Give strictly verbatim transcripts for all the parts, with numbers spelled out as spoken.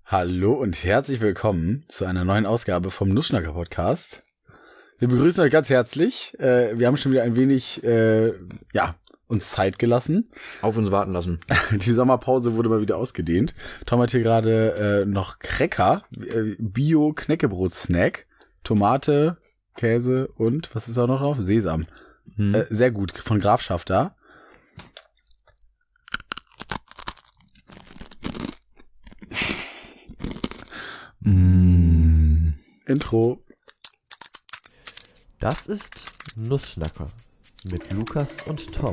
Hallo und herzlich willkommen zu einer neuen Ausgabe vom Nussschnacker Podcast. Wir begrüßen euch ganz herzlich. Äh, wir haben schon wieder ein wenig, äh, ja, uns Zeit gelassen. Auf uns warten lassen. Die Sommerpause wurde mal wieder ausgedehnt. Tom hat hier gerade äh, noch Cracker, äh, Bio-Knäckebrot-Snack, Tomate, Käse und, was ist auch noch drauf? Sesam. Hm. Äh, sehr gut, von Grafschaft da. Mm. Intro. Das ist Nussschnacker mit Lukas und Tom.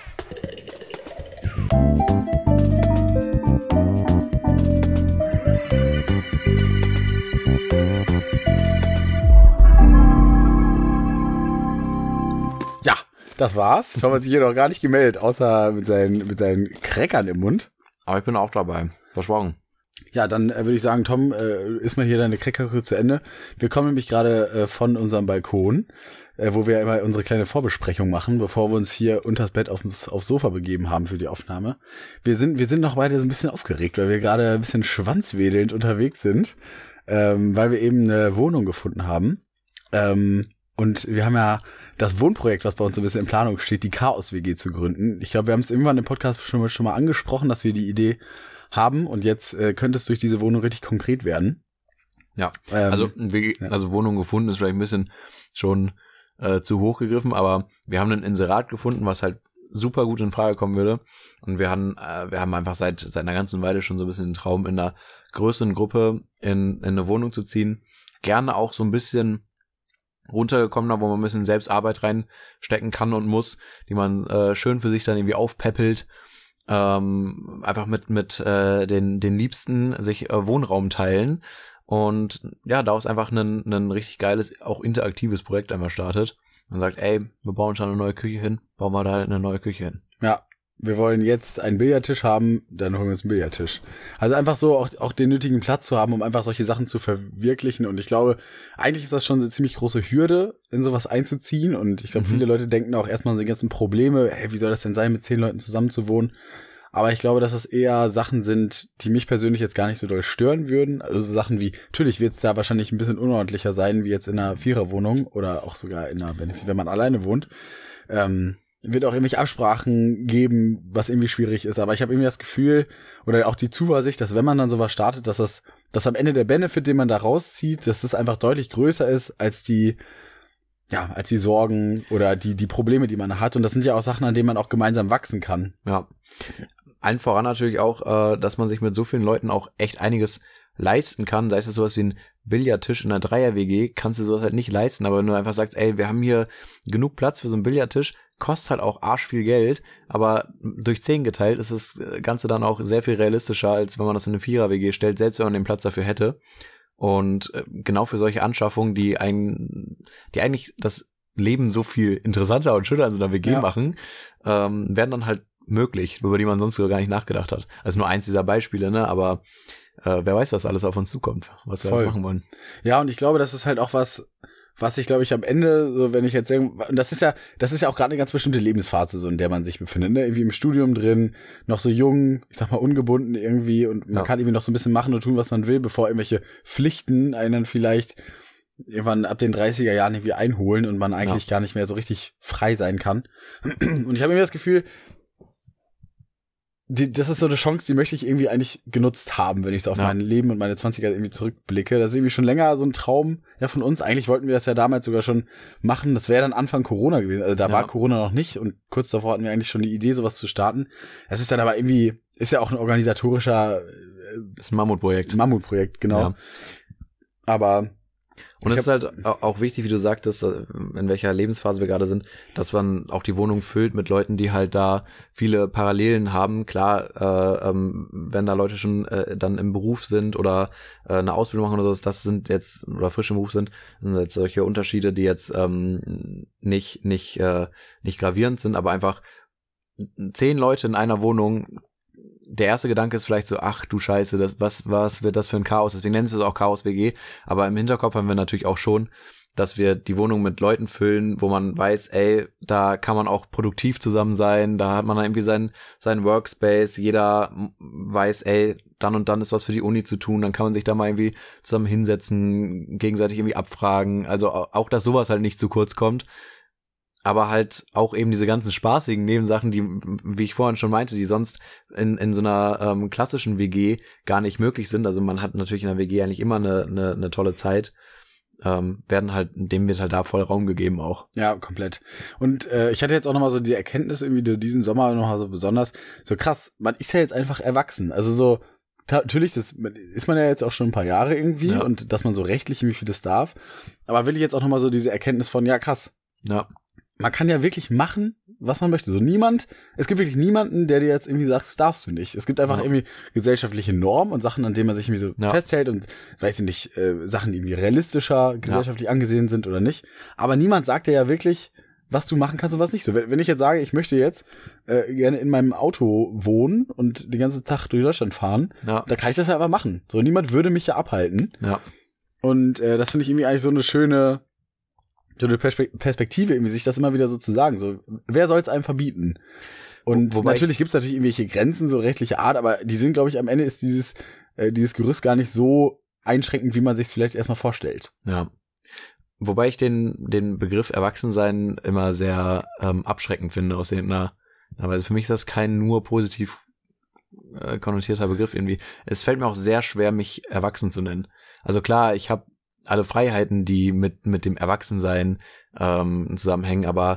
Ja, das war's. Tom hat sich hier noch gar nicht gemeldet, außer mit seinen, mit seinen Crackern im Mund. Aber ich bin auch dabei. Versprochen. Ja, dann äh, würde ich sagen, Tom, äh, ist mal hier deine Crackerküche zu Ende. Wir kommen nämlich gerade äh, von unserem Balkon, äh, wo wir immer unsere kleine Vorbesprechung machen, bevor wir uns hier unters Bett aufs, aufs Sofa begeben haben für die Aufnahme. Wir sind wir sind noch beide so ein bisschen aufgeregt, weil wir gerade ein bisschen schwanzwedelnd unterwegs sind, ähm, weil wir eben eine Wohnung gefunden haben. Ähm, und wir haben ja das Wohnprojekt, was bei uns so ein bisschen in Planung steht, die Chaos-W G zu gründen. Ich glaube, wir haben es irgendwann im Podcast schon mal, schon mal angesprochen, dass wir die Idee haben und jetzt äh, könnte es durch diese Wohnung richtig konkret werden. Ja, ähm, also W G, also Wohnung gefunden ist vielleicht ein bisschen schon äh, zu hoch gegriffen, aber wir haben ein Inserat gefunden, was halt super gut in Frage kommen würde und wir haben äh, wir haben einfach seit seit einer ganzen Weile schon so ein bisschen den Traum, in einer größeren Gruppe in, in eine Wohnung zu ziehen, gerne auch so ein bisschen runtergekommener, wo man ein bisschen selbst Arbeit reinstecken kann und muss, die man äh, schön für sich dann irgendwie aufpäppelt. Ähm, einfach mit mit äh, den den Liebsten sich äh, Wohnraum teilen und ja, daraus einfach ein ein richtig geiles, auch interaktives Projekt einmal startet und sagt, ey, wir bauen schon eine neue Küche hin, bauen wir da halt eine neue Küche hin. Ja, wir wollen jetzt einen Billardtisch haben, dann holen wir uns einen Billardtisch. Also einfach so auch auch den nötigen Platz zu haben, um einfach solche Sachen zu verwirklichen und ich glaube, eigentlich ist das schon eine ziemlich große Hürde, in sowas einzuziehen und ich glaube, mhm. viele Leute denken auch erstmal an die ganzen Probleme, hey, wie soll das denn sein, mit zehn Leuten zusammen zu wohnen? Aber ich glaube, dass das eher Sachen sind, die mich persönlich jetzt gar nicht so doll stören würden. Also so Sachen wie, natürlich wird es da wahrscheinlich ein bisschen unordentlicher sein, wie jetzt in einer Viererwohnung oder auch sogar in einer, wenn, wenn man alleine wohnt. Ähm, wird auch irgendwelche Absprachen geben, was irgendwie schwierig ist. Aber ich habe irgendwie das Gefühl oder auch die Zuversicht, dass wenn man dann sowas startet, dass das, dass am Ende der Benefit, den man da rauszieht, dass das einfach deutlich größer ist als die, ja, als die Sorgen oder die, die Probleme, die man hat. Und das sind ja auch Sachen, an denen man auch gemeinsam wachsen kann. Ja. Allen voran natürlich auch, äh, dass man sich mit so vielen Leuten auch echt einiges leisten kann. Sei es jetzt sowas wie ein Billardtisch in einer Dreier-W G, kannst du sowas halt nicht leisten. Aber wenn du einfach sagst, ey, wir haben hier genug Platz für so einen Billardtisch, kostet halt auch arsch viel Geld, aber durch zehn geteilt ist das Ganze dann auch sehr viel realistischer, als wenn man das in eine Vierer-W G stellt, selbst wenn man den Platz dafür hätte. Und genau für solche Anschaffungen, die ein, die eigentlich das Leben so viel interessanter und schöner in so einer W G ja. machen, ähm, werden dann halt möglich, über die man sonst gar nicht nachgedacht hat. Also nur eins dieser Beispiele, ne, aber äh, wer weiß, was alles auf uns zukommt, was wir Voll. alles machen wollen. Ja, und ich glaube, das ist halt auch was, was ich glaube ich am Ende, so wenn ich jetzt und das ist ja, das ist ja auch gerade eine ganz bestimmte Lebensphase, so in der man sich befindet, ne, irgendwie im Studium drin, noch so jung, ich sag mal ungebunden irgendwie und man ja. kann irgendwie noch so ein bisschen machen und tun, was man will, bevor irgendwelche Pflichten einen dann vielleicht irgendwann ab den dreißiger Jahren irgendwie einholen und man eigentlich ja. gar nicht mehr so richtig frei sein kann. Und ich habe irgendwie das Gefühl, Die, das ist so eine Chance, die möchte ich irgendwie eigentlich genutzt haben, wenn ich so auf ja. mein Leben und meine zwanziger irgendwie zurückblicke. Das ist irgendwie schon länger so ein Traum ja von uns. Eigentlich wollten wir das ja damals sogar schon machen. Das wäre dann Anfang Corona gewesen. Also da ja. war Corona noch nicht und kurz davor hatten wir eigentlich schon die Idee, sowas zu starten. Es ist dann aber irgendwie, ist ja auch ein organisatorischer äh, das ist ein Mammutprojekt. Mammutprojekt, genau. Ja. Aber und es ist halt auch wichtig, wie du sagtest, in welcher Lebensphase wir gerade sind, dass man auch die Wohnung füllt mit Leuten, die halt da viele Parallelen haben. Klar, äh, ähm, wenn da Leute schon äh, dann im Beruf sind oder äh, eine Ausbildung machen oder so, das sind jetzt, oder frisch im Beruf sind, sind jetzt solche Unterschiede, die jetzt ähm, nicht nicht äh, nicht gravierend sind, aber einfach zehn Leute in einer Wohnung. Der erste Gedanke ist vielleicht so, ach du Scheiße, das, was, was wird das für ein Chaos? Deswegen nennen wir es auch Chaos-W G. Aber im Hinterkopf haben wir natürlich auch schon, dass wir die Wohnung mit Leuten füllen, wo man weiß, ey, da kann man auch produktiv zusammen sein, da hat man dann irgendwie seinen seinen Workspace, jeder weiß, ey, dann und dann ist was für die Uni zu tun, dann kann man sich da mal irgendwie zusammen hinsetzen, gegenseitig irgendwie abfragen, also auch, dass sowas halt nicht zu kurz kommt, aber halt auch eben diese ganzen spaßigen Nebensachen, die, wie ich vorhin schon meinte, die sonst in in so einer ähm, klassischen W G gar nicht möglich sind, also man hat natürlich in der W G eigentlich immer eine eine, eine tolle Zeit, Ähm, werden halt, dem wird halt da voll Raum gegeben auch. Ja, komplett. Und äh, ich hatte jetzt auch nochmal so die Erkenntnis irgendwie diesen Sommer noch so besonders, so krass, man ist ja jetzt einfach erwachsen. Also so, ta- natürlich, das ist man ja jetzt auch schon ein paar Jahre irgendwie Ja. und dass man so rechtlich irgendwie vieles darf. Aber will ich jetzt auch nochmal so diese Erkenntnis von, ja krass, Ja. man kann ja wirklich machen, was man möchte. So niemand, es gibt wirklich niemanden, der dir jetzt irgendwie sagt, das darfst du nicht. Es gibt einfach Ja. irgendwie gesellschaftliche Normen und Sachen, an denen man sich irgendwie so Ja. festhält und, weiß ich nicht, äh, Sachen, die irgendwie realistischer gesellschaftlich angesehen sind oder nicht. Aber niemand sagt dir ja wirklich, was du machen kannst und was nicht. So, wenn, wenn ich jetzt sage, ich möchte jetzt äh, gerne in meinem Auto wohnen und den ganzen Tag durch Deutschland fahren, Ja. da kann ich das ja einfach machen. So, niemand würde mich ja abhalten. Ja. Und äh, das finde ich irgendwie eigentlich so eine schöne so eine Perspe- Perspektive, irgendwie sich das immer wieder so zu sagen. So, wer soll es einem verbieten? Und Wo- wobei natürlich gibt es natürlich irgendwelche Grenzen, so rechtliche Art, aber die sind, glaube ich, am Ende ist dieses, äh, dieses Gerüst gar nicht so einschränkend, wie man sich vielleicht erstmal vorstellt. Ja. Wobei ich den, den Begriff Erwachsensein immer sehr ähm, abschreckend finde aus irgendeiner, aber für mich ist das kein nur positiv äh, konnotierter Begriff irgendwie. Es fällt mir auch sehr schwer, mich erwachsen zu nennen. Also klar, ich habe alle Freiheiten, die mit mit dem Erwachsensein ähm, zusammenhängen, aber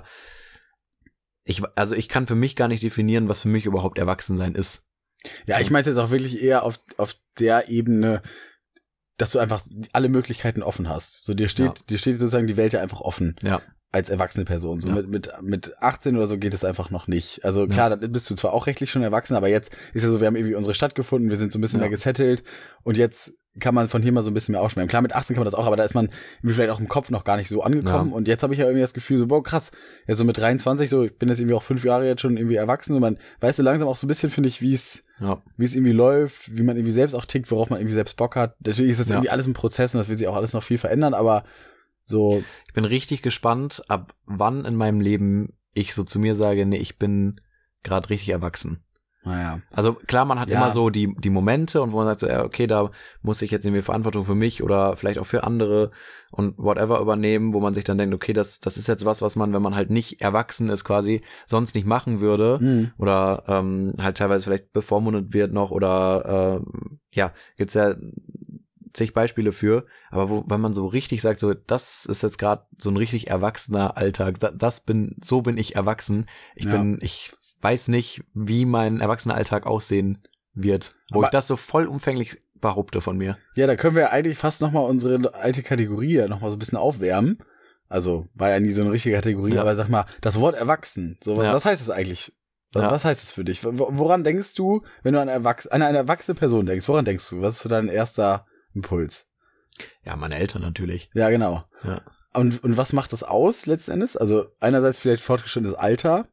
ich, also ich kann für mich gar nicht definieren, was für mich überhaupt Erwachsensein ist. Ja, ich meine jetzt auch wirklich eher auf, auf der Ebene, dass du einfach alle Möglichkeiten offen hast. So, dir steht, Ja. dir steht sozusagen die Welt ja einfach offen. Ja. Als erwachsene Person. So Ja. mit, mit, mit achtzehn oder so geht es einfach noch nicht. Also klar, dann bist du zwar auch rechtlich schon erwachsen, aber jetzt ist ja so, wir haben irgendwie unsere Stadt gefunden, wir sind so ein bisschen Ja. mehr gesettelt und jetzt kann man von hier mal so ein bisschen mehr ausschwärmen. Klar, mit achtzehn kann man das auch, aber da ist man irgendwie vielleicht auch im Kopf noch gar nicht so angekommen. Ja. Und jetzt habe ich ja irgendwie das Gefühl, so, boah, krass, jetzt so mit dreiundzwanzig, so, ich bin jetzt irgendwie auch fünf Jahre jetzt schon irgendwie erwachsen und man weiß so langsam auch so ein bisschen, finde ich, wie es Ja. wie es irgendwie läuft, wie man irgendwie selbst auch tickt, worauf man irgendwie selbst Bock hat. Natürlich ist das Ja. irgendwie alles ein Prozess und das wird sich auch alles noch viel verändern, aber so, Ich bin richtig gespannt, ab wann in meinem Leben ich so zu mir sage, nee, ich bin gerade richtig erwachsen. naja. Also klar, man hat Ja. immer so die die Momente und wo man sagt so, ja, okay, da muss ich jetzt irgendwie Verantwortung für mich oder vielleicht auch für andere und whatever übernehmen, wo man sich dann denkt, okay, das das ist jetzt was, was man, wenn man halt nicht erwachsen ist quasi, sonst nicht machen würde Mhm. oder ähm, halt teilweise vielleicht bevormundet wird noch oder äh, ja, gibt's ja zig Beispiele für, aber wo, wenn man so richtig sagt, so das ist jetzt gerade so ein richtig erwachsener Alltag, das, das bin, so bin ich erwachsen, ich Ja. bin, ich weiß nicht, wie mein erwachsener Alltag aussehen wird, wo Aber- ich das so vollumfänglich behaupte von mir. Ja, da können wir eigentlich fast noch mal unsere alte Kategorie ja noch mal so ein bisschen aufwärmen. Also, war ja nie so eine richtige Kategorie, Ja. aber sag mal, das Wort erwachsen, so, was, Ja. was heißt das eigentlich? Was, Ja. was heißt das für dich? W- Woran denkst du, wenn du an, Erwachs an eine erwachsene Person denkst? Woran denkst du? Was ist so dein erster Impuls? Ja, meine Eltern natürlich. Ja, genau. Ja. Und, und was macht das aus letzten Endes? Also einerseits vielleicht fortgeschrittenes Alter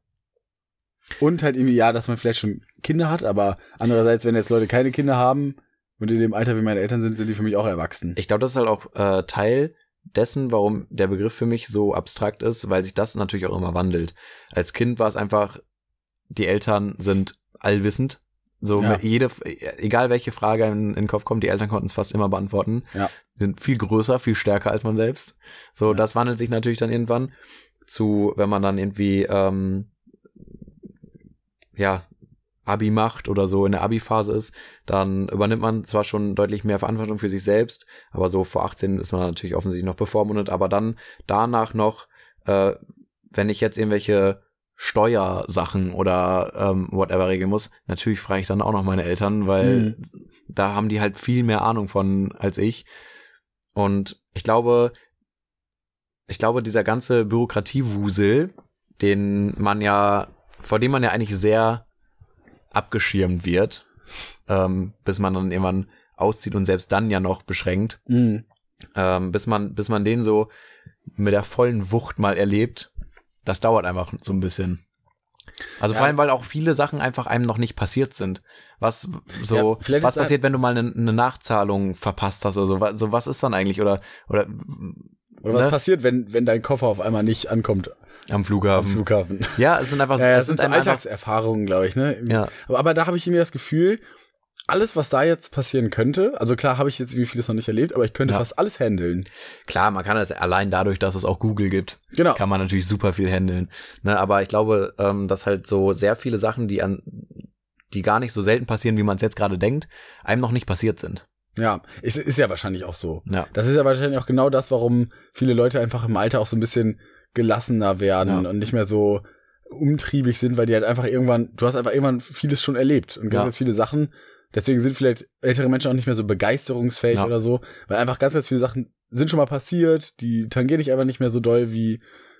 und halt irgendwie, ja, dass man vielleicht schon Kinder hat, aber andererseits, wenn jetzt Leute keine Kinder haben und in dem Alter, wie meine Eltern sind, sind die für mich auch erwachsen. Ich glaube, das ist halt auch äh, Teil dessen, warum der Begriff für mich so abstrakt ist, weil sich das natürlich auch immer wandelt. Als Kind war es einfach, die Eltern sind allwissend. So Ja. mit jede, egal welche Frage in, in den Kopf kommt, die Eltern konnten es fast immer beantworten. Ja. Sind viel größer, viel stärker als man selbst. So, Ja. das wandelt sich natürlich dann irgendwann zu, wenn man dann irgendwie ähm, ja Abi macht oder so in der Abi-Phase ist, dann übernimmt man zwar schon deutlich mehr Verantwortung für sich selbst, aber so vor achtzehn ist man natürlich offensichtlich noch bevormundet, aber dann danach noch, äh, wenn ich jetzt irgendwelche Steuersachen oder ähm, whatever regeln muss, natürlich frage ich dann auch noch meine Eltern, weil Mhm. da haben die halt viel mehr Ahnung von als ich. Und ich glaube, ich glaube, dieser ganze Bürokratiewusel, den man ja, vor dem man ja eigentlich sehr abgeschirmt wird, ähm, bis man dann irgendwann auszieht und selbst dann ja noch beschränkt, Mhm. ähm, bis man, bis man den so mit der vollen Wucht mal erlebt, das dauert einfach so ein bisschen. Also Ja. vor allem, weil auch viele Sachen einfach einem noch nicht passiert sind. Was so, Ja, vielleicht was ist passiert, wenn du mal eine, eine Nachzahlung verpasst hast oder so? Was, so was ist dann eigentlich? Oder oder Oder was ne? passiert, wenn, wenn dein Koffer auf einmal nicht ankommt Am Flughafen. am Flughafen? Ja, es sind einfach Ja, es das sind so dann einfach- Alltagserfahrungen, glaube ich, ne? Ja. Aber, aber da habe ich irgendwie das Gefühl, alles, was da jetzt passieren könnte, also klar habe ich jetzt wie vieles noch nicht erlebt, aber ich könnte Ja. fast alles handeln. Klar, man kann das allein dadurch, dass es auch Google gibt, Genau. kann man natürlich super viel handeln. Ne, aber ich glaube, ähm, dass halt so sehr viele Sachen, die an, die gar nicht so selten passieren, wie man es jetzt gerade denkt, einem noch nicht passiert sind. Ja, ist, ist ja wahrscheinlich auch so. Ja. Das ist ja wahrscheinlich auch genau das, warum viele Leute einfach im Alter auch so ein bisschen gelassener werden Ja. und nicht mehr so umtriebig sind, weil die halt einfach irgendwann, du hast einfach irgendwann vieles schon erlebt und ganz, Ja. ganz viele Sachen. Deswegen sind vielleicht ältere Menschen auch nicht mehr so begeisterungsfähig Ja. oder so, weil einfach ganz, ganz viele Sachen sind schon mal passiert, die tangieren dich einfach nicht mehr so doll wie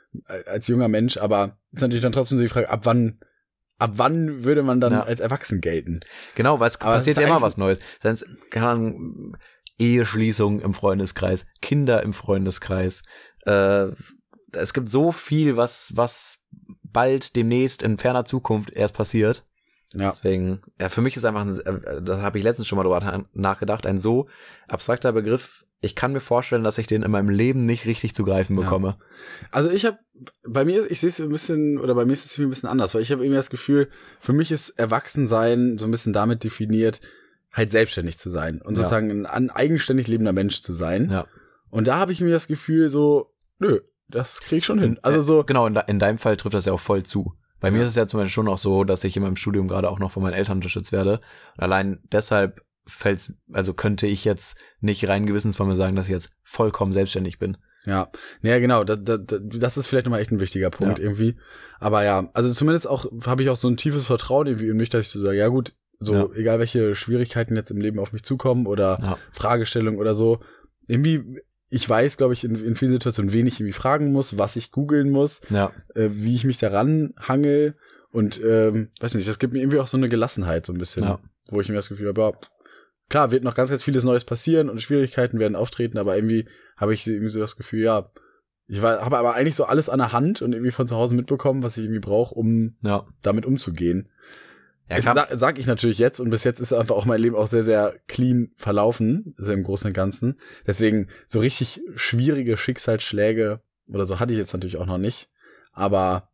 als junger Mensch, aber ist natürlich dann trotzdem so die Frage, ab wann, ab wann würde man dann Ja. als erwachsen gelten? Genau, weil es Aber passiert das ist ja immer eigentlich- was Neues. Dann kann man Eheschließung im Freundeskreis, Kinder im Freundeskreis. Äh, es gibt so viel, was was bald demnächst in ferner Zukunft erst passiert. Ja. Deswegen, ja, für mich ist einfach, ein, äh, das habe ich letztens schon mal drüber nachgedacht, ein so abstrakter Begriff. Ich kann mir vorstellen, dass ich den in meinem Leben nicht richtig zu greifen Ja. bekomme. Also ich habe, bei mir, ich sehe es ein bisschen, oder bei mir ist es ein bisschen anders, weil ich habe irgendwie das Gefühl, für mich ist Erwachsensein so ein bisschen damit definiert, halt selbstständig zu sein und Ja. sozusagen ein, ein eigenständig lebender Mensch zu sein. Ja. Und da habe ich mir das Gefühl so, nö, das kriege ich schon hin. Also so, Genau, in, de in deinem Fall trifft das ja auch voll zu. Bei mir Ja. ist es ja zum Beispiel schon auch so, dass ich in meinem Studium gerade auch noch von meinen Eltern unterstützt werde. Und allein deshalb fällt's, also könnte ich jetzt nicht rein gewissens von mir sagen, dass ich jetzt vollkommen selbstständig bin. ja, naja, genau, das, das, das ist vielleicht nochmal echt ein wichtiger Punkt Ja. irgendwie. Aber ja, also zumindest auch, habe ich auch so ein tiefes Vertrauen irgendwie in mich, dass ich so sage, ja gut, so, Ja. egal welche Schwierigkeiten jetzt im Leben auf mich zukommen oder Ja. Fragestellungen oder so, irgendwie, ich weiß, glaube ich, in, in vielen Situationen, wen ich irgendwie fragen muss, was ich googeln muss, Ja, äh, wie ich mich daran hangel und, ähm, weiß nicht, das gibt mir irgendwie auch so eine Gelassenheit so ein bisschen, Ja. wo ich mir das Gefühl habe, ja, klar, wird noch ganz, ganz vieles Neues passieren und Schwierigkeiten werden auftreten, aber irgendwie habe ich irgendwie so das Gefühl, ja, ich habe aber eigentlich so alles an der Hand und irgendwie von zu Hause mitbekommen, was ich irgendwie brauche, um ja. damit umzugehen. Ja, Das kann, sa sag ich natürlich jetzt und bis jetzt ist einfach auch mein Leben auch sehr, sehr clean verlaufen, also im Großen und Ganzen. Deswegen so richtig schwierige Schicksalsschläge oder so hatte ich jetzt natürlich auch noch nicht. Aber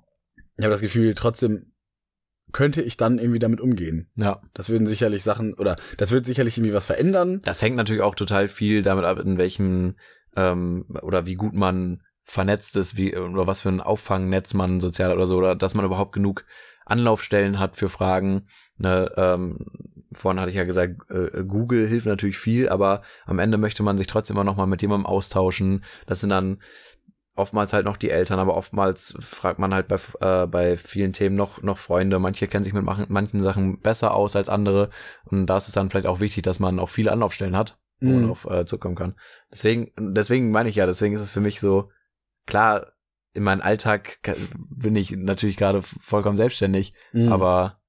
ich habe das Gefühl, trotzdem könnte ich dann irgendwie damit umgehen. ja. Das würden sicherlich Sachen, oder das wird sicherlich irgendwie was verändern. Das hängt natürlich auch total viel damit ab, in welchem ähm, oder wie gut man vernetzt ist, wie oder was für ein Auffangnetz man sozial oder so, oder dass man überhaupt genug Anlaufstellen hat für Fragen. Ne, ähm, vorhin hatte ich ja gesagt, äh, Google hilft natürlich viel, aber am Ende möchte man sich trotzdem immer noch mal mit jemandem austauschen. Das sind dann oftmals halt noch die Eltern, aber oftmals fragt man halt bei äh, bei vielen Themen noch noch Freunde. Manche kennen sich mit manchen, manchen Sachen besser aus als andere und da ist es dann vielleicht auch wichtig, dass man auch viele Anlaufstellen hat, wo Mhm. man auf äh, zurückkommen kann. Deswegen deswegen meine ich ja, deswegen ist es für mich so klar. In meinem Alltag ka- bin ich natürlich gerade vollkommen selbstständig, Mhm. aber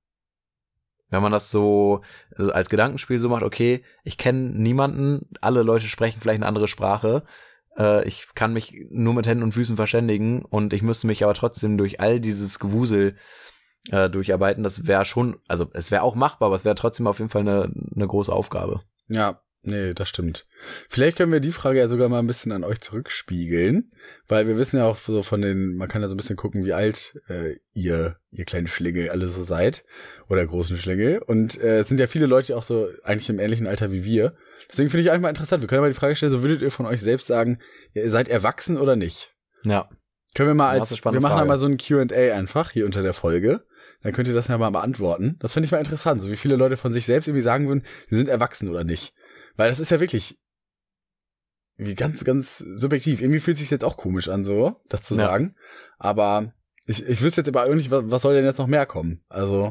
wenn man das so also als Gedankenspiel so macht, okay, ich kenne niemanden, alle Leute sprechen vielleicht eine andere Sprache, äh, ich kann mich nur mit Händen und Füßen verständigen und ich müsste mich aber trotzdem durch all dieses Gewusel äh, durcharbeiten, das wäre schon, also es wäre auch machbar, aber es wäre trotzdem auf jeden Fall eine, eine große Aufgabe. Ja, nee, das stimmt. Vielleicht können wir die Frage ja sogar mal ein bisschen an euch zurückspiegeln, weil wir wissen ja auch so von den, man kann ja so ein bisschen gucken, wie alt äh, ihr, ihr kleinen Schlingel alle so seid oder großen Schlingel und äh, es sind ja viele Leute auch so eigentlich im ähnlichen Alter wie wir. Deswegen finde ich einfach mal interessant, wir können mal die Frage stellen, so würdet ihr von euch selbst sagen, ihr seid erwachsen oder nicht? Ja, Können wir mal Ja, das ist als, eine spannende wir machen Frage. einmal so ein Q and A einfach hier unter der Folge. Dann könnt ihr das ja mal beantworten. Das finde ich mal interessant, so wie viele Leute von sich selbst irgendwie sagen würden, sie sind erwachsen oder nicht. Weil das ist ja wirklich wie ganz, ganz subjektiv. Irgendwie fühlt es sich jetzt auch komisch an, so, das zu Ja. sagen. Aber ich, ich wüsste jetzt aber auch nicht, was, was soll denn jetzt noch mehr kommen? Also,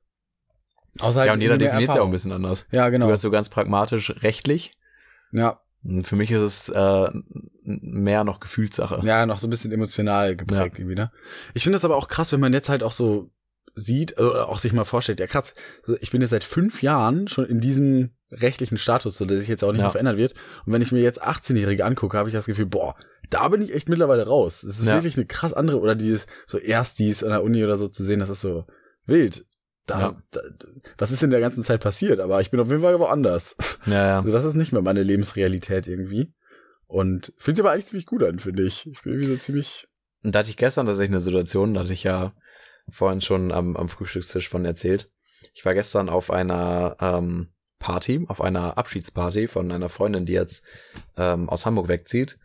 außer halt ja und jeder mehr definiert es ja auch ein Erfahrung. bisschen anders. Ja, Du genau. hast so ganz pragmatisch rechtlich. Ja, Und für mich ist es äh, mehr noch Gefühlssache. ja, noch so ein bisschen emotional geprägt irgendwie, ne? Ich finde das aber auch krass, wenn man jetzt halt auch so sieht, oder auch sich mal vorstellt, ja krass, so, ich bin jetzt seit fünf Jahren schon in diesem rechtlichen Status, so der sich jetzt auch nicht Ja. mehr verändert wird. Und wenn ich mir jetzt achtzehnjährige angucke, habe ich das Gefühl, boah, da bin ich echt mittlerweile raus. Das ist Ja. wirklich eine krass andere, oder dieses so Erstis an der Uni oder so zu sehen, das ist so wild. Da, Ja. da, was ist in der ganzen Zeit passiert? Aber ich bin auf jeden Fall woanders. Ja, ja. Also das ist nicht mehr meine Lebensrealität irgendwie. Und fühlt sich aber eigentlich ziemlich gut an, finde ich. Ich bin irgendwie so ziemlich... Und da hatte ich gestern tatsächlich eine Situation, da hatte ich ja vorhin schon am, am Frühstückstisch von erzählt. Ich war gestern auf einer ähm, Party, auf einer Abschiedsparty von einer Freundin, die jetzt ähm, aus Hamburg wegzieht.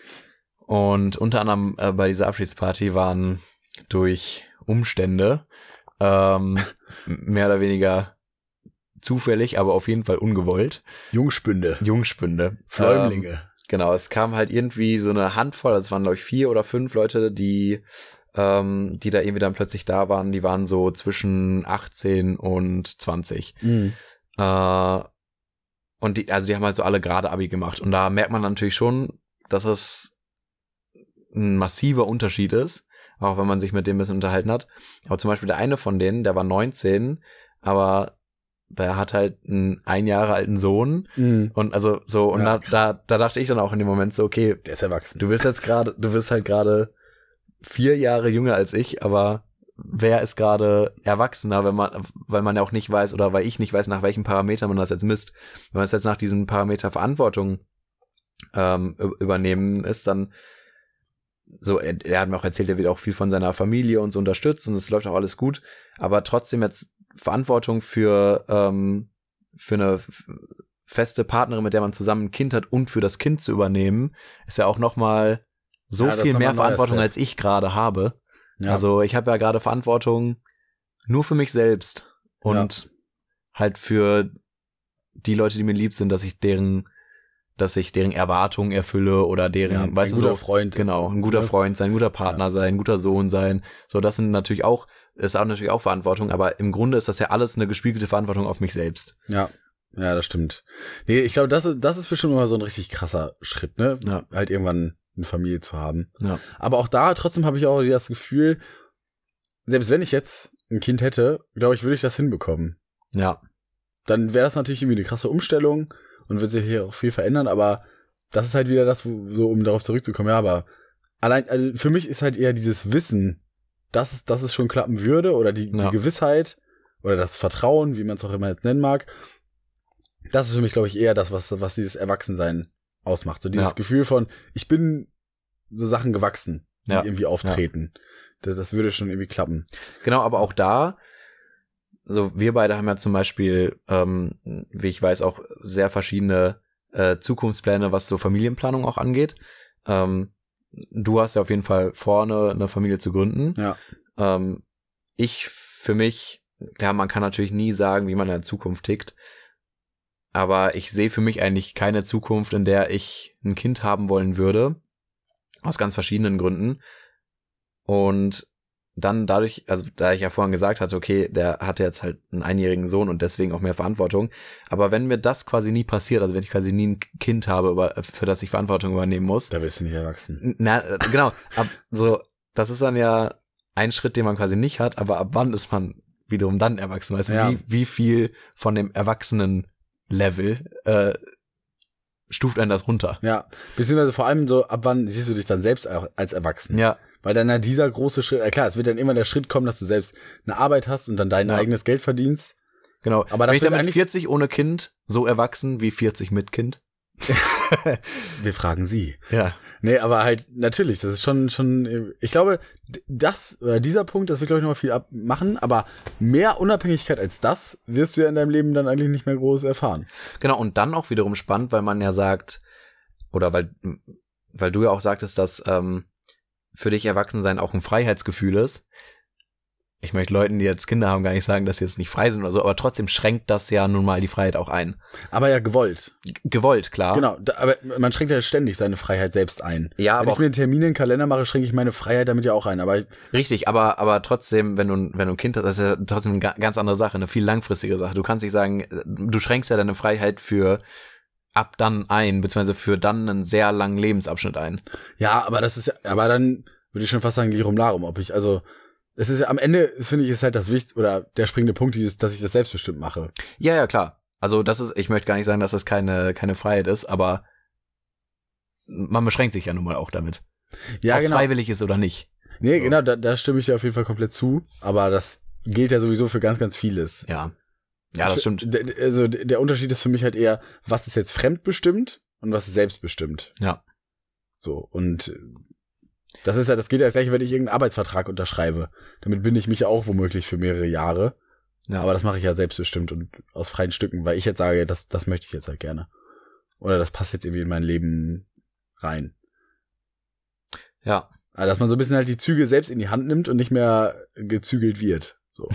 Und unter anderem äh, bei dieser Abschiedsparty waren durch Umstände ähm, mehr oder weniger zufällig, aber auf jeden Fall ungewollt. Jungspünde. Jungspünde. Fläumlinge. Ähm, genau, es kam halt irgendwie so eine Handvoll, also es waren glaube ich vier oder fünf Leute, die ähm, die da irgendwie dann plötzlich da waren. Die waren so zwischen achtzehn und zwanzig. Mhm. Äh, und die, also die haben halt so alle gerade Abi gemacht. Und da merkt man natürlich schon, dass es ein massiver Unterschied ist, auch wenn man sich mit dem ein bisschen unterhalten hat. Aber zum Beispiel der eine von denen, der war neunzehn, aber der hat halt einen ein Jahre alten Sohn. Mhm. Und also so, und Ja, da, da, da dachte ich dann auch in dem Moment so, okay, Der ist erwachsen. du bist jetzt gerade, du bist halt gerade vier Jahre jünger als ich, aber wer ist gerade erwachsener, wenn man, weil man ja auch nicht weiß, oder weil ich nicht weiß, nach welchen Parametern man das jetzt misst. Wenn man es jetzt nach diesen Parameter Verantwortung ähm, übernehmen ist, dann so, er, er hat mir auch erzählt, er wird auch viel von seiner Familie und so unterstützt und es läuft auch alles gut, aber trotzdem jetzt Verantwortung für ähm, für eine f- feste Partnerin, mit der man zusammen ein Kind hat und für das Kind zu übernehmen, ist ja auch nochmal so Ja, das ist viel noch mal mehr ein neuer Verantwortung, Step. als ich gerade habe. Ja. Also ich habe ja gerade Verantwortung nur für mich selbst und halt für die Leute, die mir lieb sind, dass ich deren dass ich deren Erwartungen erfülle oder deren, Ja, weißt ein du, guter so, Freund. genau, ein guter Ja. Freund sein, ein guter Partner Ja. sein, ein guter Sohn sein. So, das sind natürlich auch, ist auch natürlich auch Verantwortung, aber im Grunde ist das ja alles eine gespiegelte Verantwortung auf mich selbst. Ja, ja, das stimmt. Nee, ich glaube, das ist, das ist bestimmt immer so ein richtig krasser Schritt, ne? Ja. Halt irgendwann eine Familie zu haben. Ja. Aber auch da, trotzdem habe ich auch das Gefühl, selbst wenn ich jetzt ein Kind hätte, glaube ich, würde ich das hinbekommen. Ja. Dann wäre das natürlich irgendwie eine krasse Umstellung und würde sich hier auch viel verändern, aber das ist halt wieder das, wo, so um darauf zurückzukommen, ja, aber allein, also für mich ist halt eher dieses Wissen, dass es, dass es schon klappen würde oder die, Ja. die Gewissheit oder das Vertrauen, wie man es auch immer jetzt nennen mag, das ist für mich, glaube ich, eher das, was, was dieses Erwachsensein ausmacht. So dieses Ja. Gefühl von, ich bin so Sachen gewachsen, die Ja. irgendwie auftreten. Das, das würde schon irgendwie klappen. Genau, aber auch da, so wir beide haben ja zum Beispiel, ähm, wie ich weiß, auch sehr verschiedene äh, Zukunftspläne, was so Familienplanung auch angeht. Ähm, du hast ja auf jeden Fall vor, eine, eine Familie zu gründen. Ja. Ähm, ich für mich, klar, man kann natürlich nie sagen, wie man in der Zukunft tickt, aber ich sehe für mich eigentlich keine Zukunft, in der ich ein Kind haben wollen würde, aus ganz verschiedenen Gründen. Und dann dadurch, also da ich ja vorhin gesagt hatte, okay, der hatte jetzt halt einen einjährigen Sohn und deswegen auch mehr Verantwortung, aber wenn mir das quasi nie passiert, also wenn ich quasi nie ein Kind habe, über, für das ich Verantwortung übernehmen muss, Da wirst du nicht erwachsen. na, äh, genau, ab, so, das ist dann ja ein Schritt, den man quasi nicht hat, aber ab wann ist man wiederum dann erwachsen? Weißt du, Ja. wie, wie viel von dem Erwachsenen-Level äh, stuft einen das runter? Ja, beziehungsweise vor allem so, ab wann siehst du dich dann selbst auch als erwachsen? Ja, Weil dann ja dieser große Schritt, äh, klar, es wird dann immer der Schritt kommen, dass du selbst eine Arbeit hast und dann dein Ja. eigenes Geld verdienst. genau. Aber das Bin ich wird dann mit eigentlich- vierzig ohne Kind so erwachsen wie vierzig mit Kind? Wir fragen sie. Ja. Nee, aber halt, natürlich, das ist schon, schon, ich glaube, d- das, oder dieser Punkt, das wird, glaube ich, noch mal viel abmachen, aber mehr Unabhängigkeit als das wirst du ja in deinem Leben dann eigentlich nicht mehr groß erfahren. Genau, und dann auch wiederum spannend, weil man ja sagt, oder weil, weil du ja auch sagtest, dass ähm, für dich Erwachsensein auch ein Freiheitsgefühl ist. Ich möchte Leuten, die jetzt Kinder haben, gar nicht sagen, dass sie jetzt nicht frei sind oder so, aber trotzdem schränkt das ja nun mal die Freiheit auch ein. Aber ja gewollt. G- gewollt, klar. Genau, da, aber man schränkt ja ständig seine Freiheit selbst ein. Ja, Wenn aber ich mir einen Termin in den Kalender mache, schränke ich meine Freiheit damit ja auch ein. Aber richtig, aber aber trotzdem, wenn du wenn du ein Kind hast, das ist ja trotzdem eine ga- ganz andere Sache, eine viel langfristige Sache. Du kannst nicht sagen, du schränkst ja deine Freiheit für ab dann ein, beziehungsweise für dann einen sehr langen Lebensabschnitt ein. ja, aber das ist ja, aber dann würde ich schon fast sagen, Lirum Larum, ob ich, also, es ist ja am Ende, finde ich, ist halt das Wichtigste, oder der springende Punkt, dieses, dass ich das selbstbestimmt mache. Ja, ja, klar. Also das ist, ich möchte gar nicht sagen, dass das keine keine Freiheit ist, aber man beschränkt sich ja nun mal auch damit. Ja, Ob es genau. freiwillig ist oder nicht. Nee, So. genau, da, da stimme ich dir auf jeden Fall komplett zu, aber das gilt ja sowieso für ganz, ganz vieles. Ja. Ja, das Ich- stimmt. d- Also d- der Unterschied ist für mich halt eher, was ist jetzt fremdbestimmt und was ist selbstbestimmt. Ja. So, und das ist ja, das geht ja gleich, wenn ich irgendeinen Arbeitsvertrag unterschreibe. Damit binde ich mich ja auch womöglich für mehrere Jahre. Ja. Aber das mache ich ja selbstbestimmt und aus freien Stücken, weil ich jetzt sage, das, das möchte ich jetzt halt gerne. Oder das passt jetzt irgendwie in mein Leben rein. Ja. Also, dass man so ein bisschen halt die Züge selbst in die Hand nimmt und nicht mehr gezügelt wird. So.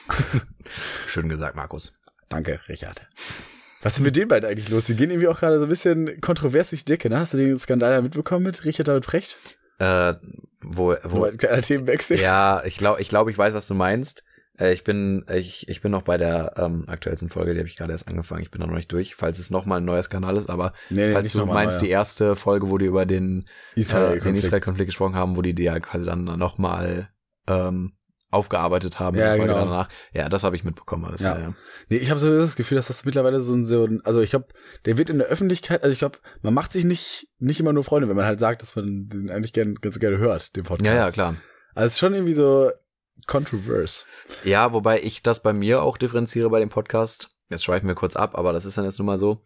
Schön gesagt, Markus. Danke, Richard. Was ist mit den beiden eigentlich los? Die gehen irgendwie auch gerade so ein bisschen kontrovers durch die Decke, ne? Hast du den Skandal ja mitbekommen mit Richard David Precht? Äh, wo, wo, ein kleiner Themenwechsel. Ja, ich glaube, ich glaube, ich weiß, was du meinst. Äh, ich bin, ich, ich bin noch bei der ähm, aktuellsten Folge, die habe ich gerade erst angefangen. Ich bin noch nicht durch, falls es nochmal ein neuer Skandal ist. Aber nee, falls nee, du meinst, die erste Folge, wo die über den Israel-Konflikt. äh, den Israel-Konflikt gesprochen haben, wo die die ja quasi dann nochmal ähm, aufgearbeitet haben. Ja, in der Folge genau. danach. Ja, das habe ich mitbekommen. Alles, ja. ja. Nee, ich habe so das Gefühl, dass das mittlerweile so ein, so ein also ich glaube, der wird in der Öffentlichkeit, also ich glaube, man macht sich nicht nicht immer nur Freunde, wenn man halt sagt, dass man den eigentlich gern, ganz gerne hört, den Podcast. Ja, ja, klar. Also es ist schon irgendwie so controversial. Ja, wobei ich das bei mir auch differenziere bei dem Podcast. Jetzt schweifen wir kurz ab, aber das ist dann jetzt nun mal so,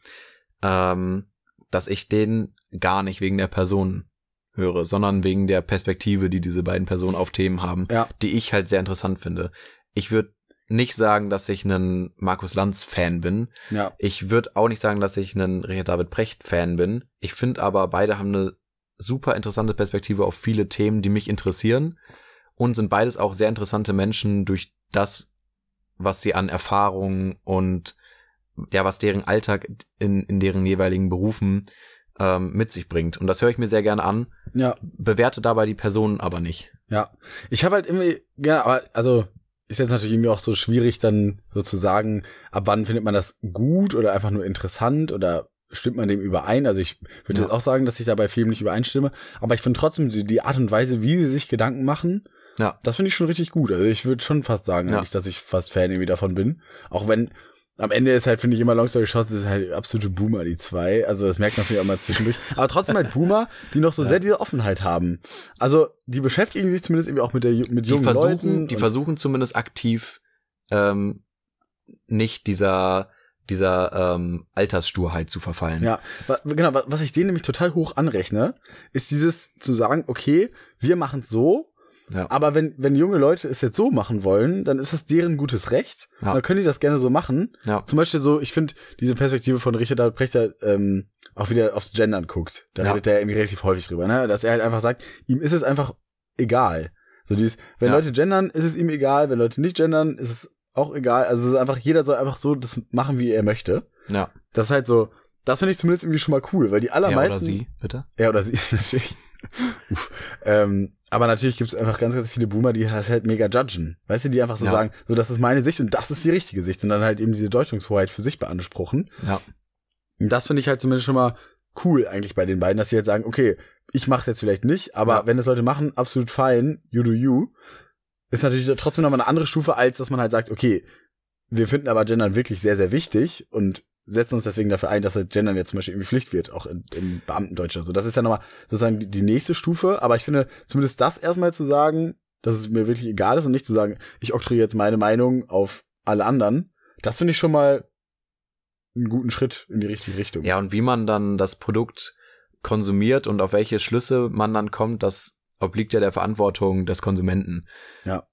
ähm, dass ich den gar nicht wegen der Person höre, sondern wegen der Perspektive, die diese beiden Personen auf Themen haben, Ja. die ich halt sehr interessant finde. Ich würde nicht sagen, dass ich ein Markus Lanz-Fan bin. Ja. Ich würde auch nicht sagen, dass ich ein Richard David Precht-Fan bin. Ich finde aber, beide haben eine super interessante Perspektive auf viele Themen, die mich interessieren, und sind beides auch sehr interessante Menschen durch das, was sie an Erfahrungen und ja, was deren Alltag in, in deren jeweiligen Berufen ähm, mit sich bringt. Und das höre ich mir sehr gerne an. Ja. Bewerte dabei die Personen aber nicht. Ja. Ich habe halt irgendwie, ja, aber also ist jetzt natürlich irgendwie auch so schwierig dann sozusagen, ab wann findet man das gut oder einfach nur interessant oder stimmt man dem überein? Also ich würde Ja. jetzt auch sagen, dass ich da bei Filmen nicht übereinstimme, aber ich finde trotzdem die, die Art und Weise, wie sie sich Gedanken machen, Ja. das finde ich schon richtig gut. Also ich würde schon fast sagen, Ja. eigentlich, dass ich fast Fan irgendwie davon bin. Auch wenn am Ende ist halt, finde ich immer, Long Story Short, ist halt absolute Boomer, die zwei. Also das merkt man vielleicht auch mal zwischendurch. Aber trotzdem halt Boomer, die noch so Ja. sehr diese Offenheit haben. Also die beschäftigen sich zumindest irgendwie auch mit der mit Die jungen versuchen, Leuten. die und- versuchen zumindest aktiv ähm, nicht dieser dieser ähm, Alterssturheit zu verfallen. Ja, wa- genau, wa- was ich denen nämlich total hoch anrechne, ist dieses zu sagen, okay, wir machen es so, Ja. aber wenn wenn junge Leute es jetzt so machen wollen, dann ist es deren gutes Recht. Ja. Dann können die das gerne so machen. Ja. Zum Beispiel so, ich finde diese Perspektive von Richard David Precht, der ähm, auch wieder aufs Gendern guckt. Da Ja. redet er irgendwie relativ häufig drüber, ne? Dass er halt einfach sagt, ihm ist es einfach egal. So dieses, wenn Ja. Leute gendern, ist es ihm egal, wenn Leute nicht gendern, ist es auch egal. Also es ist einfach, jeder soll einfach so das machen, wie er möchte. Ja. Das ist halt so, das finde ich zumindest irgendwie schon mal cool, weil die Er allermeisten. oder sie, bitte? Er oder sie, natürlich. Uff. Ähm, aber natürlich gibt es einfach ganz, ganz viele Boomer, die das halt mega judgen. Weißt du, die einfach so Ja. sagen, so, das ist meine Sicht und das ist die richtige Sicht. Und dann halt eben diese Deutungshoheit für sich beanspruchen. Ja. Und das finde ich halt zumindest schon mal cool eigentlich bei den beiden, dass sie jetzt sagen, okay, ich mach's jetzt vielleicht nicht, aber Ja. wenn es Leute machen, absolut fein, you do you. Ist natürlich trotzdem nochmal eine andere Stufe, als dass man halt sagt, okay, wir finden aber Gendern wirklich sehr, sehr wichtig und setzen uns deswegen dafür ein, dass halt Gendern jetzt zum Beispiel irgendwie Pflicht wird, auch in, im Beamtendeutsch. Also das ist ja nochmal sozusagen die, die nächste Stufe, aber ich finde zumindest das erstmal zu sagen, dass es mir wirklich egal ist und nicht zu sagen, ich oktroyiere jetzt meine Meinung auf alle anderen, das finde ich schon mal einen guten Schritt in die richtige Richtung. Ja, und wie man dann das Produkt konsumiert und auf welche Schlüsse man dann kommt, das obliegt ja der Verantwortung des Konsumenten. Ja.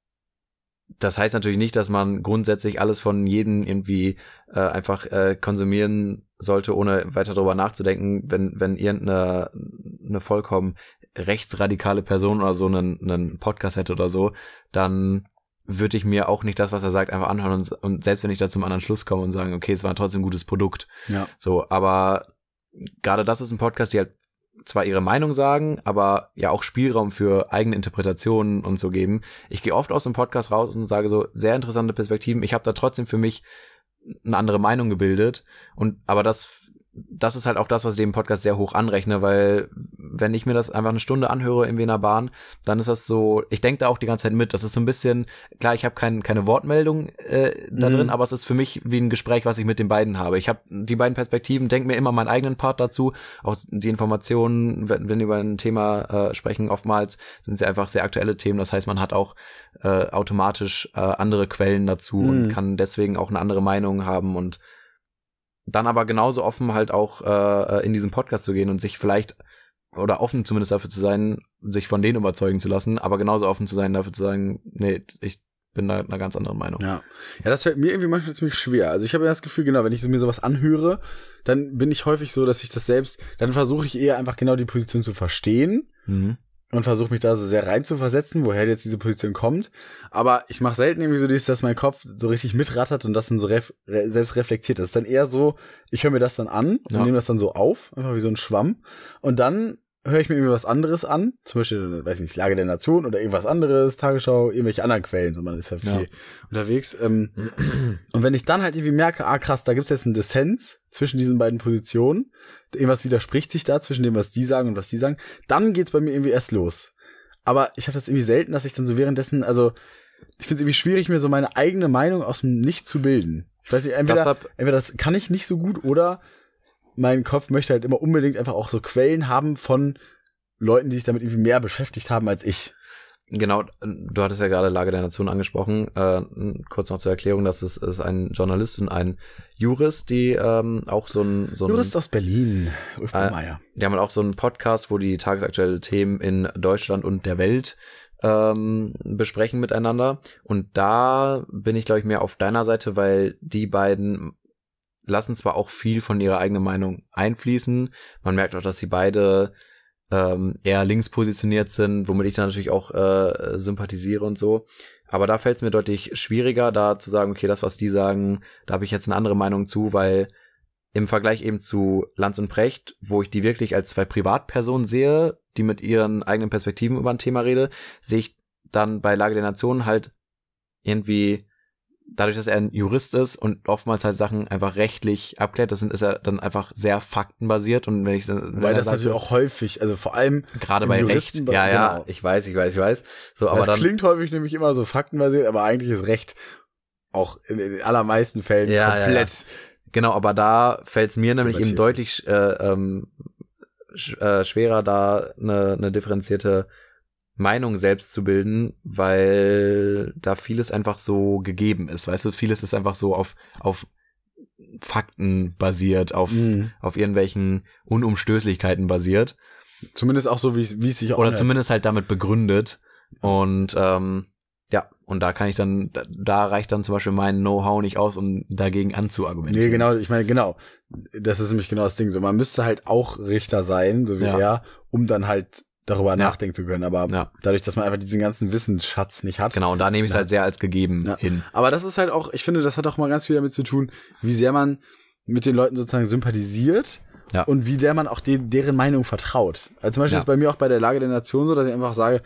Das heißt natürlich nicht, dass man grundsätzlich alles von jedem irgendwie äh, einfach äh, konsumieren sollte, ohne weiter darüber nachzudenken, wenn wenn irgendeine eine vollkommen rechtsradikale Person oder so einen, einen Podcast hätte oder so, dann würde ich mir auch nicht das, was er sagt, einfach anhören und, und selbst wenn ich da zum anderen Schluss komme und sagen, okay, es war trotzdem ein gutes Produkt. Ja. So, aber gerade das ist ein Podcast, die halt zwar ihre Meinung sagen, aber ja auch Spielraum für eigene Interpretationen und so geben. Ich gehe oft aus dem Podcast raus und sage so, sehr interessante Perspektiven. Ich habe da trotzdem für mich eine andere Meinung gebildet. Und aber das das ist halt auch das, was ich dem Podcast sehr hoch anrechne, weil wenn ich mir das einfach eine Stunde anhöre in Wiener Bahn, dann ist das so, ich denke da auch die ganze Zeit mit. Das ist so ein bisschen, klar, ich habe kein, keine Wortmeldung äh, da Mhm. drin, aber es ist für mich wie ein Gespräch, was ich mit den beiden habe. Ich habe die beiden Perspektiven, denke mir immer meinen eigenen Part dazu. Auch die Informationen, wenn, wenn wir über ein Thema äh, sprechen, oftmals sind sie einfach sehr aktuelle Themen. Das heißt, man hat auch äh, automatisch äh, andere Quellen dazu Mhm. und kann deswegen auch eine andere Meinung haben und dann aber genauso offen halt auch äh, in diesen Podcast zu gehen und sich vielleicht oder offen zumindest dafür zu sein, sich von denen überzeugen zu lassen, aber genauso offen zu sein, dafür zu sagen, nee, ich bin da einer ganz anderen Meinung. Ja, ja, das fällt mir irgendwie manchmal ziemlich schwer. Also ich habe ja das Gefühl, genau, wenn ich so mir sowas anhöre, dann bin ich häufig so, dass ich das selbst, dann versuche ich eher einfach genau die Position zu verstehen. Mhm. Und versuche mich da so sehr rein zu versetzen, woher jetzt diese Position kommt. Aber ich mache selten irgendwie so dieses, dass mein Kopf so richtig mitrattert und das dann so ref- re- selbst reflektiert. Das ist dann eher so, ich höre mir das dann an und Ja. nehme das dann so auf, einfach wie so ein Schwamm. Und dann höre ich mir irgendwie was anderes an, zum Beispiel, weiß ich nicht, Lage der Nation oder irgendwas anderes, Tagesschau, irgendwelche anderen Quellen, so man ist ja viel Ja. unterwegs. Ähm, und wenn ich dann halt irgendwie merke, ah krass, da gibt's jetzt einen Dissens zwischen diesen beiden Positionen, irgendwas widerspricht sich da zwischen dem, was die sagen und was die sagen, dann geht's bei mir irgendwie erst los. Aber ich habe das irgendwie selten, dass ich dann so währenddessen, also ich finde es irgendwie schwierig, mir so meine eigene Meinung aus dem Nichts zu bilden. Ich weiß nicht, entweder, Deshalb- entweder das kann ich nicht so gut oder mein Kopf möchte halt immer unbedingt einfach auch so Quellen haben von Leuten, die sich damit irgendwie mehr beschäftigt haben als ich. Genau, du hattest ja gerade Lage der Nation angesprochen. Äh, kurz noch zur Erklärung, das ist, ist ein Journalist und ein Jurist, die ähm, auch so ein... So ein Jurist aus Berlin, Ulf äh, Meyer. Die haben halt auch so einen Podcast, wo die tagesaktuellen Themen in Deutschland und der Welt ähm, besprechen miteinander. Und da bin ich, glaube ich, mehr auf deiner Seite, weil die beiden lassen zwar auch viel von ihrer eigenen Meinung einfließen. Man merkt auch, dass sie beide ähm, eher links positioniert sind, womit ich dann natürlich auch äh, sympathisiere und so. Aber da fällt es mir deutlich schwieriger, da zu sagen, okay, das, was die sagen, da habe ich jetzt eine andere Meinung zu, weil im Vergleich eben zu Lanz und Precht, wo ich die wirklich als zwei Privatpersonen sehe, die mit ihren eigenen Perspektiven über ein Thema rede, sehe ich dann bei Lage der Nation halt irgendwie, dadurch, dass er ein Jurist ist und oftmals halt Sachen einfach rechtlich abklärt, das sind, ist er dann einfach sehr faktenbasiert und wenn ich wenn Weil er das sagt, natürlich auch häufig, also vor allem gerade im bei Recht, Juristenbereich, ja, ja, genau. ich weiß, ich weiß, ich weiß, so, aber das dann, klingt häufig nämlich immer so faktenbasiert, aber eigentlich ist Recht auch in, in den allermeisten Fällen Ja, ja, komplett. genau, aber da fällt es mir nämlich eben Debattiert. deutlich äh, ähm, sch äh, schwerer, da eine, eine differenzierte Meinung selbst zu bilden, weil da vieles einfach so gegeben ist, weißt du, vieles ist einfach so auf auf Fakten basiert, auf Mhm. auf irgendwelchen Unumstößlichkeiten basiert Zumindest auch so, wie es wie es sich auch oder anhört. zumindest halt damit begründet und ähm, ja, und da kann ich dann, da, da reicht dann zum Beispiel mein Know-how nicht aus, um dagegen anzuargumentieren. Nee, genau, ich meine, genau. Das ist nämlich genau das Ding. So, man müsste halt auch Richter sein, so wie Ja. er, um dann halt darüber nachdenken zu können. Aber Ja. dadurch, dass man einfach diesen ganzen Wissensschatz nicht hat. Genau, und da nehme ich es Ja. halt sehr als gegeben Ja. hin. Aber das ist halt auch, ich finde, das hat auch mal ganz viel damit zu tun, wie sehr man mit den Leuten sozusagen sympathisiert Ja. und wie sehr man auch de deren Meinung vertraut. Also zum Beispiel Ja. ist bei mir auch bei der Lage der Nation so, dass ich einfach sage,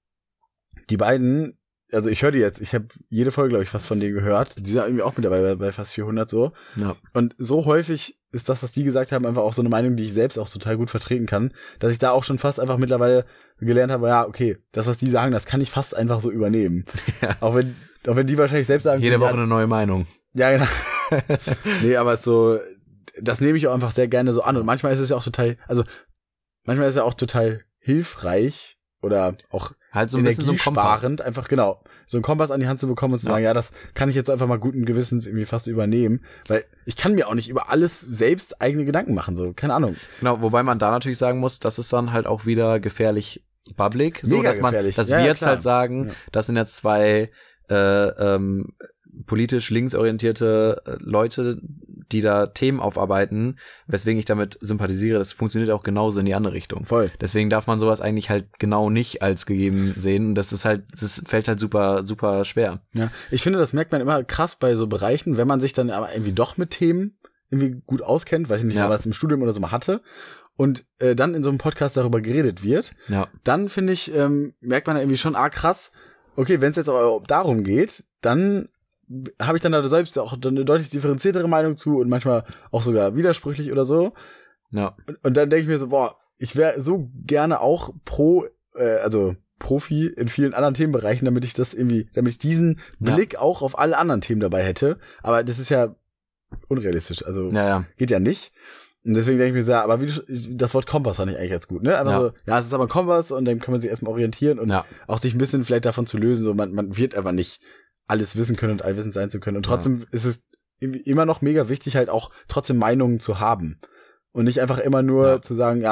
die beiden, also ich höre die jetzt, ich habe jede Folge, glaube ich, fast von denen gehört. Die sind ja irgendwie auch mittlerweile bei, bei fast vierhundert so. Ja. Und so häufig ist das, was die gesagt haben, einfach auch so eine Meinung, die ich selbst auch total gut vertreten kann, dass ich da auch schon fast einfach mittlerweile gelernt habe, ja, okay, das, was die sagen, das kann ich fast einfach so übernehmen. Ja. Auch wenn, auch wenn die wahrscheinlich selbst sagen, Jede ja, Woche eine neue Meinung. ja, genau. Nee, aber es so, das nehme ich auch einfach sehr gerne so an. Und manchmal ist es ja auch total, also manchmal ist es ja auch total hilfreich oder auch Halt so ein bisschen so ein Kompass. energiesparend, einfach genau, so einen Kompass an die Hand zu bekommen und zu Ja. sagen, ja, das kann ich jetzt einfach mal guten Gewissens irgendwie fast übernehmen, weil ich kann mir auch nicht über alles selbst eigene Gedanken machen, so, keine Ahnung. Genau, wobei man da natürlich sagen muss, das ist dann halt auch wieder gefährlich public, so Mega dass man, gefährlich. dass Ja, wir ja, jetzt klar. halt sagen, Ja. das sind jetzt zwei äh, ähm, politisch linksorientierte äh, Leute, die da Themen aufarbeiten, weswegen ich damit sympathisiere. Das funktioniert auch genauso in die andere Richtung. Voll. Deswegen darf man sowas eigentlich halt genau nicht als gegeben sehen. Und das ist halt, das fällt halt super, super schwer. Ja, ich finde, das merkt man immer krass bei so Bereichen, wenn man sich dann aber irgendwie doch mit Themen irgendwie gut auskennt, weiß ich nicht, Ja. ob man das im Studium oder so mal hatte, und äh, dann in so einem Podcast darüber geredet wird, Ja. dann finde ich, ähm, merkt man irgendwie schon, ah krass, okay, wenn es jetzt aber darum geht, dann habe ich dann da selbst auch eine deutlich differenziertere Meinung zu und manchmal auch sogar widersprüchlich oder so. Ja. Und, und dann denke ich mir so, boah, ich wäre so gerne auch pro, äh, also Profi in vielen anderen Themenbereichen, damit ich das irgendwie, damit ich diesen Ja. Blick auch auf alle anderen Themen dabei hätte. Aber das ist ja unrealistisch, also Ja, ja. geht ja nicht. Und deswegen denke ich mir so, ja, aber wie du, das Wort Kompass fand ich eigentlich ganz gut, ne? Einfach Ja. so, ja, es ist aber ein Kompass und dann kann man sich erstmal orientieren und Ja. auch sich ein bisschen vielleicht davon zu lösen, so man, man wird aber nicht alles wissen können und allwissend sein zu können. Und trotzdem ist es irgendwie immer noch mega wichtig, halt auch trotzdem Meinungen zu haben. Und nicht einfach immer nur Ja. zu sagen, ja,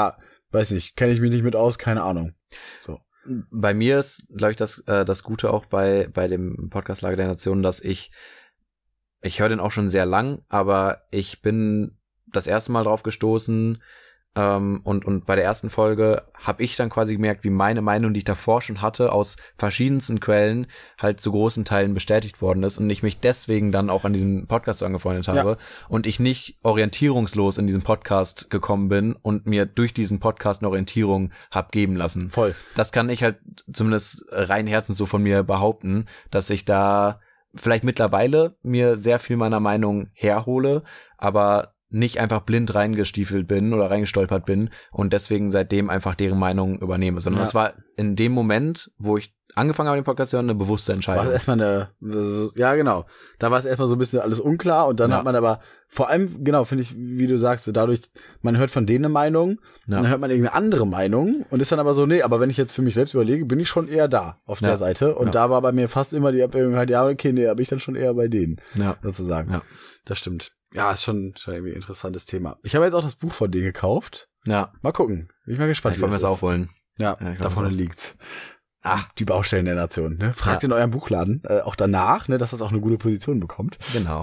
weiß nicht, kenne ich mich nicht mit aus, keine Ahnung. So. Bei mir ist, glaube ich, das, äh, das Gute auch bei, bei dem Podcast Lage der Nation, dass ich, ich höre den auch schon sehr lang, aber ich bin das erste Mal drauf gestoßen, ähm, und, und bei der ersten Folge habe ich dann quasi gemerkt, wie meine Meinung, die ich davor schon hatte, aus verschiedensten Quellen halt zu großen Teilen bestätigt worden ist und ich mich deswegen dann auch an diesen Podcast angefreundet habe, ja. Und ich nicht orientierungslos in diesen Podcast gekommen bin und mir durch diesen Podcast eine Orientierung hab geben lassen. Voll. Das kann ich halt zumindest rein herzens so von mir behaupten, dass ich da vielleicht mittlerweile mir sehr viel meiner Meinung herhole, aber nicht einfach blind reingestiefelt bin oder reingestolpert bin und deswegen seitdem einfach deren Meinung übernehme, sondern ja. das war in dem Moment, wo ich angefangen habe, den Podcast zu hören, eine bewusste Entscheidung. War erstmal eine, ja genau, da war es erstmal so ein bisschen alles unklar und dann ja. hat man aber, vor allem, genau, finde ich, wie du sagst, so dadurch, man hört von denen eine Meinung, ja. dann hört man irgendeine andere Meinung und ist dann aber so, nee, aber wenn ich jetzt für mich selbst überlege, bin ich schon eher da, auf der ja. Seite und ja. da war bei mir fast immer die Abwägung halt, ja, okay, nee, aber ich dann schon eher bei denen, ja. sozusagen. Ja. Das stimmt. Ja, ist schon, schon irgendwie ein interessantes Thema. Ich habe jetzt auch das Buch von denen gekauft. Ja. Mal gucken. Bin ich mal gespannt. Ich wollte mir das auch wollen. Ja, ja da vorne liegt's. Ach, die Baustellen der Nation. Ne? Fragt ja. in eurem Buchladen äh, auch danach, ne, dass das auch eine gute Position bekommt. Genau.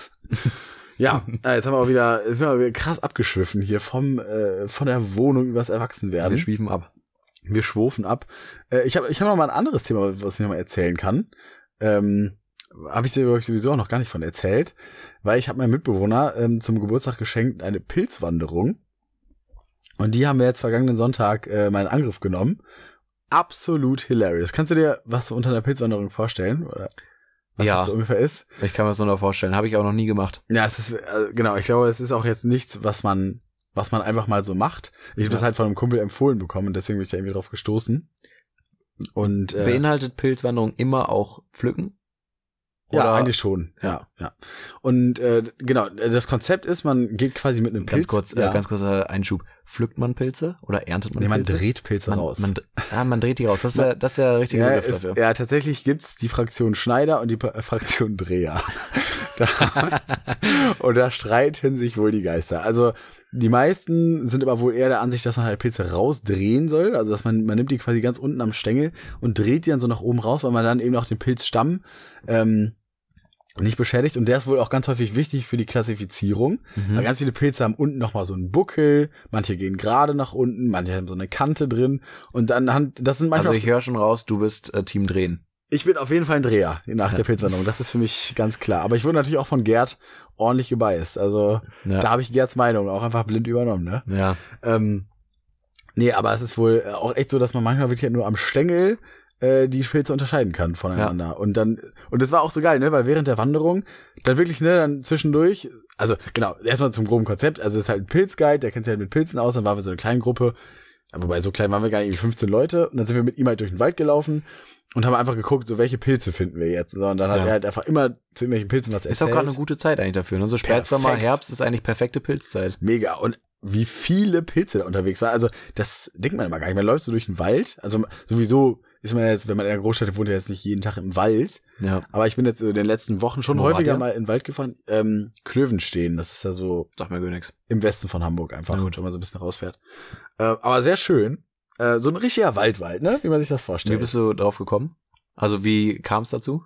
Ja, jetzt haben wir auch wieder, jetzt sind wir wieder krass abgeschwiffen hier vom äh, von der Wohnung übers Erwachsenwerden. Wir schwiefen ab. Wir schwofen ab. Äh, ich habe ich hab noch mal ein anderes Thema, was ich noch mal erzählen kann. Ähm, habe ich dir glaube ich sowieso auch noch gar nicht von erzählt, weil ich habe meinem Mitbewohner ähm, zum Geburtstag geschenkt eine Pilzwanderung und die haben wir jetzt vergangenen Sonntag äh, mal in Angriff genommen. Absolut hilarious. Kannst du dir was unter einer Pilzwanderung vorstellen? Oder was ja, das so ungefähr ist? Ich kann mir das nur noch vorstellen. Habe ich auch noch nie gemacht. Ja, es ist, äh, genau, ich glaube, es ist auch jetzt nichts, was man was man einfach mal so macht. Ich habe ja. das halt von einem Kumpel empfohlen bekommen und deswegen bin ich da irgendwie drauf gestoßen. Und äh, beinhaltet Pilzwanderung immer auch Pflücken? Oder? Ja, eigentlich schon. Ja, ja. ja. Und äh, genau, das Konzept ist, man geht quasi mit einem ganz Pilz. Kurz, ja. äh, ganz kurzer Einschub. Pflückt man Pilze oder erntet man nee, man Pilze? Man dreht Pilze man, raus. Man, ah, man dreht die raus. Das ist, man, der, das ist der richtige ja, Begriff ist, dafür. Ja, tatsächlich gibt's die Fraktion Schneider und die äh, Fraktion Dreher. da, und da streiten sich wohl die Geister. Also die meisten sind aber wohl eher der Ansicht, dass man halt Pilze rausdrehen soll. Also dass man man nimmt die quasi ganz unten am Stängel und dreht die dann so nach oben raus, weil man dann eben auch den Pilzstamm ähm, nicht beschädigt. Und der ist wohl auch ganz häufig wichtig für die Klassifizierung. Mhm. Weil ganz viele Pilze haben unten nochmal so einen Buckel, manche gehen gerade nach unten, manche haben so eine Kante drin. Und dann, das sind manchmal. Also ich höre schon raus, du bist äh, Team Drehen. Ich bin auf jeden Fall ein Dreher nach ja. der Pilzwanderung. Das ist für mich ganz klar. Aber ich wurde natürlich auch von Gerd ordentlich gebiased. Also ja. da habe ich Gerds Meinung auch einfach blind übernommen. Ne? Ja. Ähm, nee, aber es ist wohl auch echt so, dass man manchmal wirklich nur am Stängel äh, die Pilze unterscheiden kann voneinander. Ja. Und dann, und das war auch so geil, ne, weil während der Wanderung dann wirklich, ne, dann zwischendurch, also genau, erstmal zum groben Konzept, also es ist halt ein Pilzguide, der kennt sich halt mit Pilzen aus, dann waren wir so eine kleine Gruppe, wobei so klein waren wir gar nicht, irgendwie fünfzehn Leute, und dann sind wir mit ihm halt durch den Wald gelaufen und haben einfach geguckt, so welche Pilze finden wir jetzt. Und dann hat ja. er halt einfach immer zu irgendwelchen Pilzen was erzählt. Ist auch gerade eine gute Zeit eigentlich dafür, ne? So Spätsommer, Perfekt. Herbst ist eigentlich perfekte Pilzzeit. Mega. Und wie viele Pilze da unterwegs waren. Also das denkt man immer gar nicht. Man läuft so durch den Wald. Also sowieso ist man jetzt, wenn man in der Großstadt wohnt, ja jetzt nicht jeden Tag im Wald. Ja. Aber ich bin jetzt in den letzten Wochen schon Wo häufiger mal in den Wald gefahren. Ähm, Klövenstehen, das ist ja so. Sag mir gar nichts. Im Westen von Hamburg einfach, wenn man so ein bisschen rausfährt. Äh, aber sehr schön. Äh, so ein richtiger Waldwald, ne? Wie man sich das vorstellt. Wie bist du drauf gekommen? Also wie kam es dazu?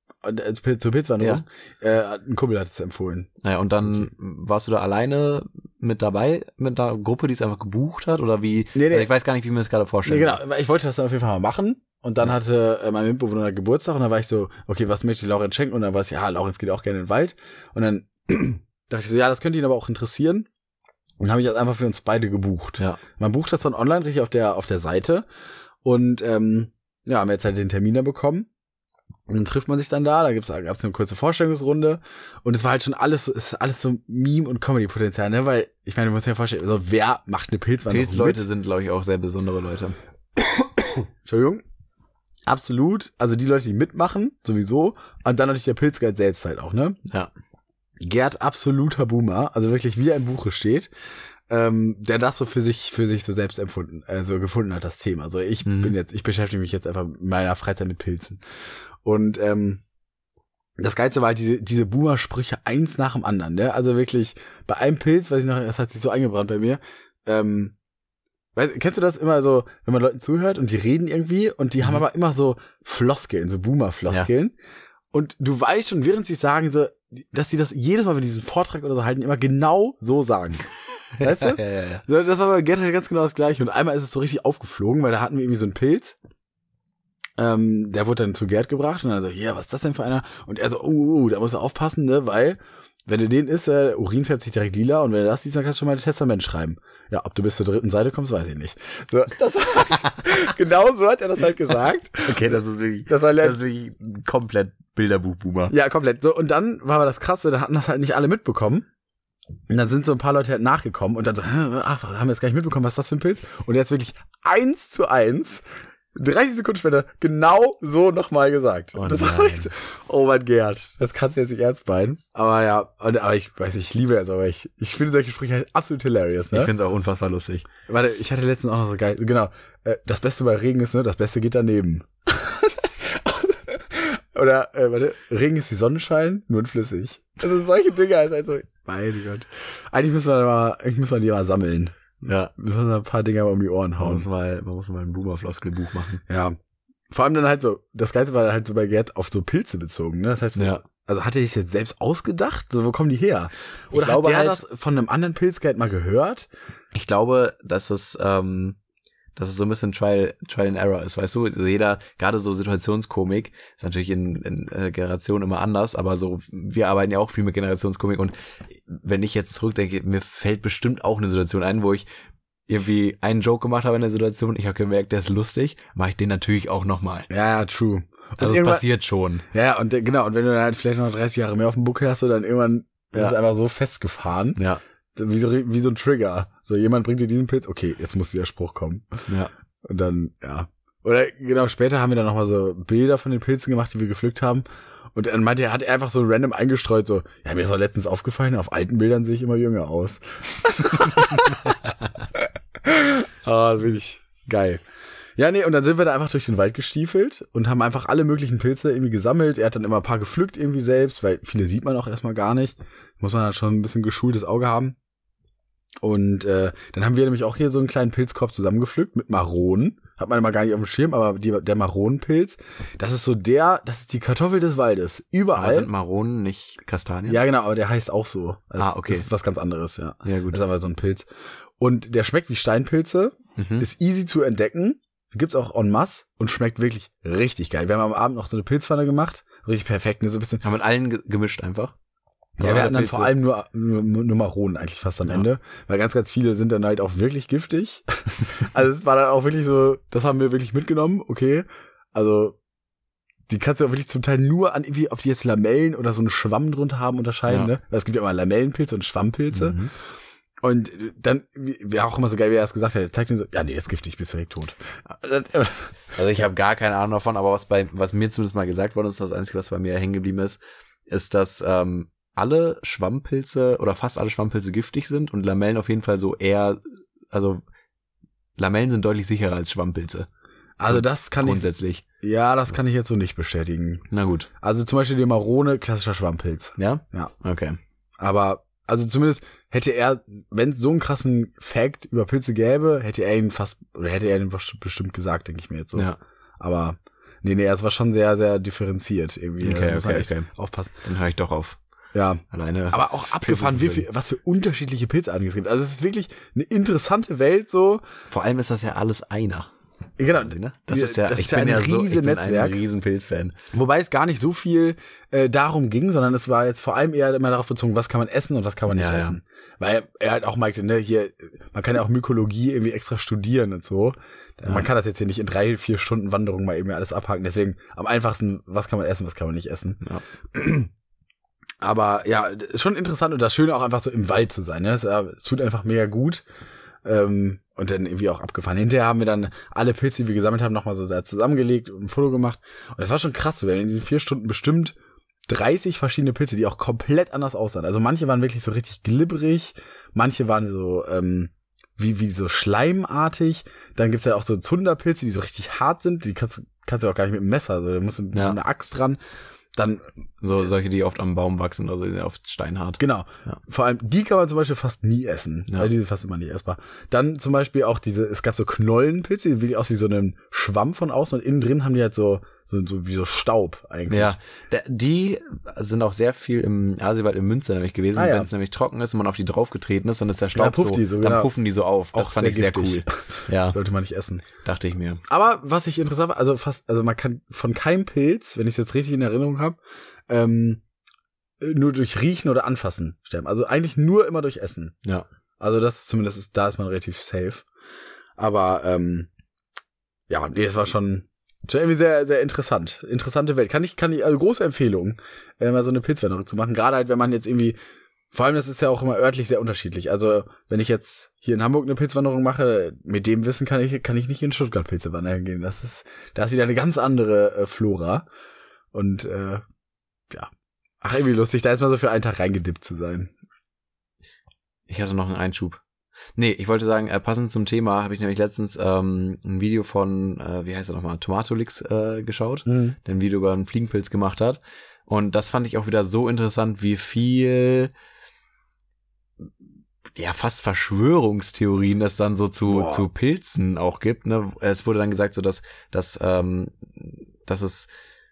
Zur Pilzwanderung? Ja. Äh, ein Kumpel hat es empfohlen. Naja, und dann okay. warst du da alleine mit dabei, mit einer Gruppe, die es einfach gebucht hat? Oder wie? Nee, nee. Also ich weiß gar nicht, wie mir das gerade vorstellen. Nee, genau. Ich wollte das dann auf jeden Fall mal machen. Und dann hatte äh, mein Mitbewohner Geburtstag und dann war ich so, okay, was möchte ich Laurenz schenken? Und dann war es, ja, Laurenz geht auch gerne in den Wald. Und dann dachte ich so, ja, das könnte ihn aber auch interessieren. Und habe ich das einfach für uns beide gebucht. Ja. Man bucht das dann online richtig auf der auf der Seite. Und ähm, ja, haben wir jetzt halt den Termin da bekommen. Und dann trifft man sich dann da, da gibt's gab's eine kurze Vorstellungsrunde und es war halt schon alles, ist alles so Meme- und Comedy-Potenzial, ne, weil, ich meine, du musst dir ja vorstellen, so, wer macht eine Pilzwanderung Pilzleute mit? sind, glaube ich, auch sehr besondere Leute. Entschuldigung. Absolut, also die Leute, die mitmachen, sowieso, und dann natürlich der Pilzguide selbst halt auch, ne? Ja. Gerd, absoluter Boomer, also wirklich wie er im Buche steht, ähm, der das so für sich, für sich so selbst empfunden, also gefunden hat, das Thema. Also ich mhm. bin jetzt, ich beschäftige mich jetzt einfach in meiner Freizeit mit Pilzen. Und ähm, das Geilste war halt diese, diese Boomer-Sprüche eins nach dem anderen, ne? Also wirklich, bei einem Pilz, weiß ich noch, das hat sich so eingebrannt bei mir, ähm, weißt, kennst du das immer so, wenn man Leuten zuhört und die reden irgendwie und die mhm. haben aber immer so Floskeln, so Boomer-Floskeln. Ja. Und du weißt schon, während sie sagen, so, dass sie das jedes Mal, wenn die diesen Vortrag oder so halten, immer genau so sagen. Weißt du? ja, ja, ja. So, das war bei Gerd halt ganz genau das Gleiche. Und einmal ist es so richtig aufgeflogen, weil da hatten wir irgendwie so einen Pilz. Ähm, der wurde dann zu Gerd gebracht und dann so, ja, yeah, was ist das denn für einer? Und er so, oh, uh, uh, da musst du aufpassen, ne, weil, wenn du den isst, äh, Urin färbt sich direkt lila und wenn du das siehst, dann kannst du schon mal ein Testament schreiben. Ja, ob du bis zur dritten Seite kommst, weiß ich nicht. So, das genau so hat er das halt gesagt. Okay, das ist wirklich, das war das ist wirklich komplett Bilderbuch-Boomer. Ja, komplett. So, und dann war aber das Krasse, da hatten das halt nicht alle mitbekommen. Und dann sind so ein paar Leute halt nachgekommen und dann so, ach, haben wir jetzt gar nicht mitbekommen, was ist das für ein Pilz? Und er hat wirklich eins zu eins, dreißig Sekunden später, genau so nochmal gesagt. Oh, das war echt so, oh mein Gerd, das kannst du jetzt nicht ernst meinen. Aber ja, und, aber ich weiß nicht, ich liebe es, aber ich, ich finde solche Sprüche halt absolut hilarious, ne? Ich finde es auch unfassbar lustig. Warte, ich hatte letztens auch noch so geil, genau, äh, das Beste bei Regen ist, ne, das Beste geht daneben. Oder, äh, warte, Regen ist wie Sonnenschein, nur in flüssig. Also solche Dinge, also, also mein Gott. Eigentlich müssen wir mal, eigentlich müssen wir die mal sammeln. Ja. Wir müssen ein paar Dinger mal um die Ohren Man hauen. muss mal, man muss mal ein Boomer-Floskel-Buch machen. Ja. Vor allem dann halt so, das Ganze war halt so bei Gerd auf so Pilze bezogen, ne? Das heißt, ja. Also hat er sich jetzt selbst ausgedacht? So, wo kommen die her? Oder ich glaube hat der halt, das von einem anderen Pilzguide mal gehört? Ich glaube, dass es, ähm, dass es so ein bisschen Trial, Trial and Error ist, weißt du? Also jeder, gerade so Situationskomik, ist natürlich in, in äh, Generationen immer anders, aber so, wir arbeiten ja auch viel mit Generationskomik und wenn ich jetzt zurückdenke, mir fällt bestimmt auch eine Situation ein, wo ich irgendwie einen Joke gemacht habe in der Situation, ich habe gemerkt, der ist lustig, mache ich den natürlich auch nochmal. Ja, ja, true. Also es passiert schon. Ja, und genau, und wenn du dann halt vielleicht noch dreißig Jahre mehr auf dem Buckel hast, so dann irgendwann ja. ist es einfach so festgefahren. Ja. Wie so, wie so ein Trigger. So, jemand bringt dir diesen Pilz, okay, jetzt muss der Spruch kommen. Ja. Und dann, ja. Oder genau, später haben wir dann nochmal so Bilder von den Pilzen gemacht, die wir gepflückt haben. Und dann meinte er, hat er einfach so random eingestreut, so, ja, mir ist auch letztens aufgefallen, auf alten Bildern sehe ich immer jünger aus. Ah, wirklich geil. Ja, nee, und dann sind wir da einfach durch den Wald gestiefelt und haben einfach alle möglichen Pilze irgendwie gesammelt. Er hat dann immer ein paar gepflückt irgendwie selbst, weil viele sieht man auch erstmal gar nicht. Muss man halt schon ein bisschen geschultes Auge haben. Und äh, dann haben wir nämlich auch hier so einen kleinen Pilzkorb zusammengepflückt mit Maronen. Hat man immer gar nicht auf dem Schirm, aber die, der Maronenpilz, das ist so der, das ist die Kartoffel des Waldes. Überall. Aber sind Maronen nicht Kastanien? Ja, genau, aber der heißt auch so. Das, ah, okay. Das ist was ganz anderes, ja. Ja, gut. Das ist aber so ein Pilz. Und der schmeckt wie Steinpilze, mhm. ist easy zu entdecken, gibt's auch en masse und schmeckt wirklich richtig geil. Wir haben am Abend noch so eine Pilzpfanne gemacht, richtig perfekt, ne, so ein bisschen. Haben wir allen ge- gemischt einfach? Ja, wir hatten dann vor allem nur, nur, nur Maronen eigentlich fast am ja. Ende, weil ganz, ganz viele sind dann halt auch wirklich giftig. Also es war dann auch wirklich so, das haben wir wirklich mitgenommen, okay. Also die kannst du auch wirklich zum Teil nur an irgendwie, ob die jetzt Lamellen oder so einen Schwamm drunter haben, unterscheiden, ja. ne? Weil es gibt ja immer Lamellenpilze und Schwammpilze. Mhm. Und dann wäre auch immer so geil, wie er es gesagt hat, zeigt ihn so, ja nee, ist giftig, bist direkt tot. Also ich habe gar keine Ahnung davon, aber was bei was mir zumindest mal gesagt worden ist, das Einzige, was bei mir hängen geblieben ist, ist, dass ähm, alle Schwammpilze oder fast alle Schwammpilze giftig sind und Lamellen auf jeden Fall so eher, also Lamellen sind deutlich sicherer als Schwammpilze. Also das kann grundsätzlich. ich grundsätzlich. Ja, das kann ich jetzt so nicht bestätigen. Na gut. Also zum Beispiel die Marone, klassischer Schwammpilz. Ja? Ja. Okay. Aber also zumindest hätte er, wenn es so einen krassen Fact über Pilze gäbe, hätte er ihn fast, oder hätte er ihn bestimmt gesagt, denke ich mir jetzt so. Ja. Aber nee, nee, es war schon sehr, sehr differenziert irgendwie. Okay, muss okay, okay. okay. Aufpassen. Dann höre ich doch auf. Ja. Alleine. Aber auch abgefahren, wie viel, was für unterschiedliche Pilzarten es gibt. Also es ist wirklich eine interessante Welt so. Vor allem ist das ja alles einer. Genau. Das ist ja, das ich ist ja bin ein ja so, riesen ich bin Netzwerk. ein riesen Pilzfan. Wobei es gar nicht so viel äh, darum ging, sondern es war jetzt vor allem eher immer darauf bezogen, was kann man essen und was kann man nicht ja, essen. Ja. Weil er halt auch meinte, ne, hier, man kann ja auch Mykologie irgendwie extra studieren und so. Ja. Man kann das jetzt hier nicht in drei, vier Stunden Wanderung mal eben alles abhaken. Deswegen am einfachsten, was kann man essen, was kann man nicht essen. Ja. Aber ja, ist schon interessant und das Schöne auch einfach so im Wald zu sein. Ne? Es, es tut einfach mega gut. Ähm, und dann irgendwie auch abgefahren. Hinterher haben wir dann alle Pilze, die wir gesammelt haben, nochmal so sehr zusammengelegt und ein Foto gemacht. Und das war schon krass. Wir haben in diesen vier Stunden bestimmt dreißig verschiedene Pilze, die auch komplett anders aussahen. Also manche waren wirklich so richtig glibberig, manche waren so ähm, wie wie so schleimartig. Dann gibt's ja auch so Zunderpilze, die so richtig hart sind. Die kannst, kannst du auch gar nicht mit dem Messer, also da musst du mit ja. einer Axt dran. Dann So solche, die oft am Baum wachsen, also die sind oft steinhart. Genau. Ja. Vor allem, die kann man zum Beispiel fast nie essen. Ja. Weil die sind fast immer nicht essbar. Dann zum Beispiel auch diese, es gab so Knollenpilze, die sehen aus wie so ein Schwamm von außen und innen drin haben die halt so, so, so wie so Staub eigentlich. Ja, der, die sind auch sehr viel im Asiewald im Münster nämlich gewesen. Ah, ja. Wenn es nämlich trocken ist und man auf die draufgetreten ist, dann ist der Staub Dann pufft so, die so, dann genau. puffen die so auf. Das Auch fand sehr ich sehr giftig. cool. Ja, Sollte man nicht essen. dachte ich mir. Aber was ich interessant war, also fast, also man kann von keinem Pilz, wenn ich es jetzt richtig in Erinnerung habe, ähm, nur durch Riechen oder Anfassen sterben. Also eigentlich nur immer durch Essen. Ja. Also das zumindest ist, da ist man relativ safe. Aber ähm, ja, nee, es war schon, schon irgendwie sehr, sehr interessant. Interessante Welt. Kann ich, kann ich, also große Empfehlung, äh, mal so eine Pilzwanderung zu machen. Gerade halt, wenn man jetzt irgendwie, vor allem das ist ja auch immer örtlich sehr unterschiedlich. Also wenn ich jetzt hier in Hamburg eine Pilzwanderung mache, mit dem Wissen kann ich, kann ich nicht in Stuttgart Pilze wandern gehen. Das ist, da ist wieder eine ganz andere äh, Flora. Und äh, ja. Ach, irgendwie lustig, da ist mal so für einen Tag reingedippt zu sein. Ich hatte noch einen Einschub. Nee, ich wollte sagen, äh, passend zum Thema habe ich nämlich letztens ähm, ein Video von, äh, wie heißt er nochmal, Tomatolix äh, geschaut, Mhm. der ein Video über einen Fliegenpilz gemacht hat. Und das fand ich auch wieder so interessant, wie viel, ja, fast Verschwörungstheorien es dann so zu, Boah. zu Pilzen auch gibt. Ne? Es wurde dann gesagt, so dass, dass, ähm, dass es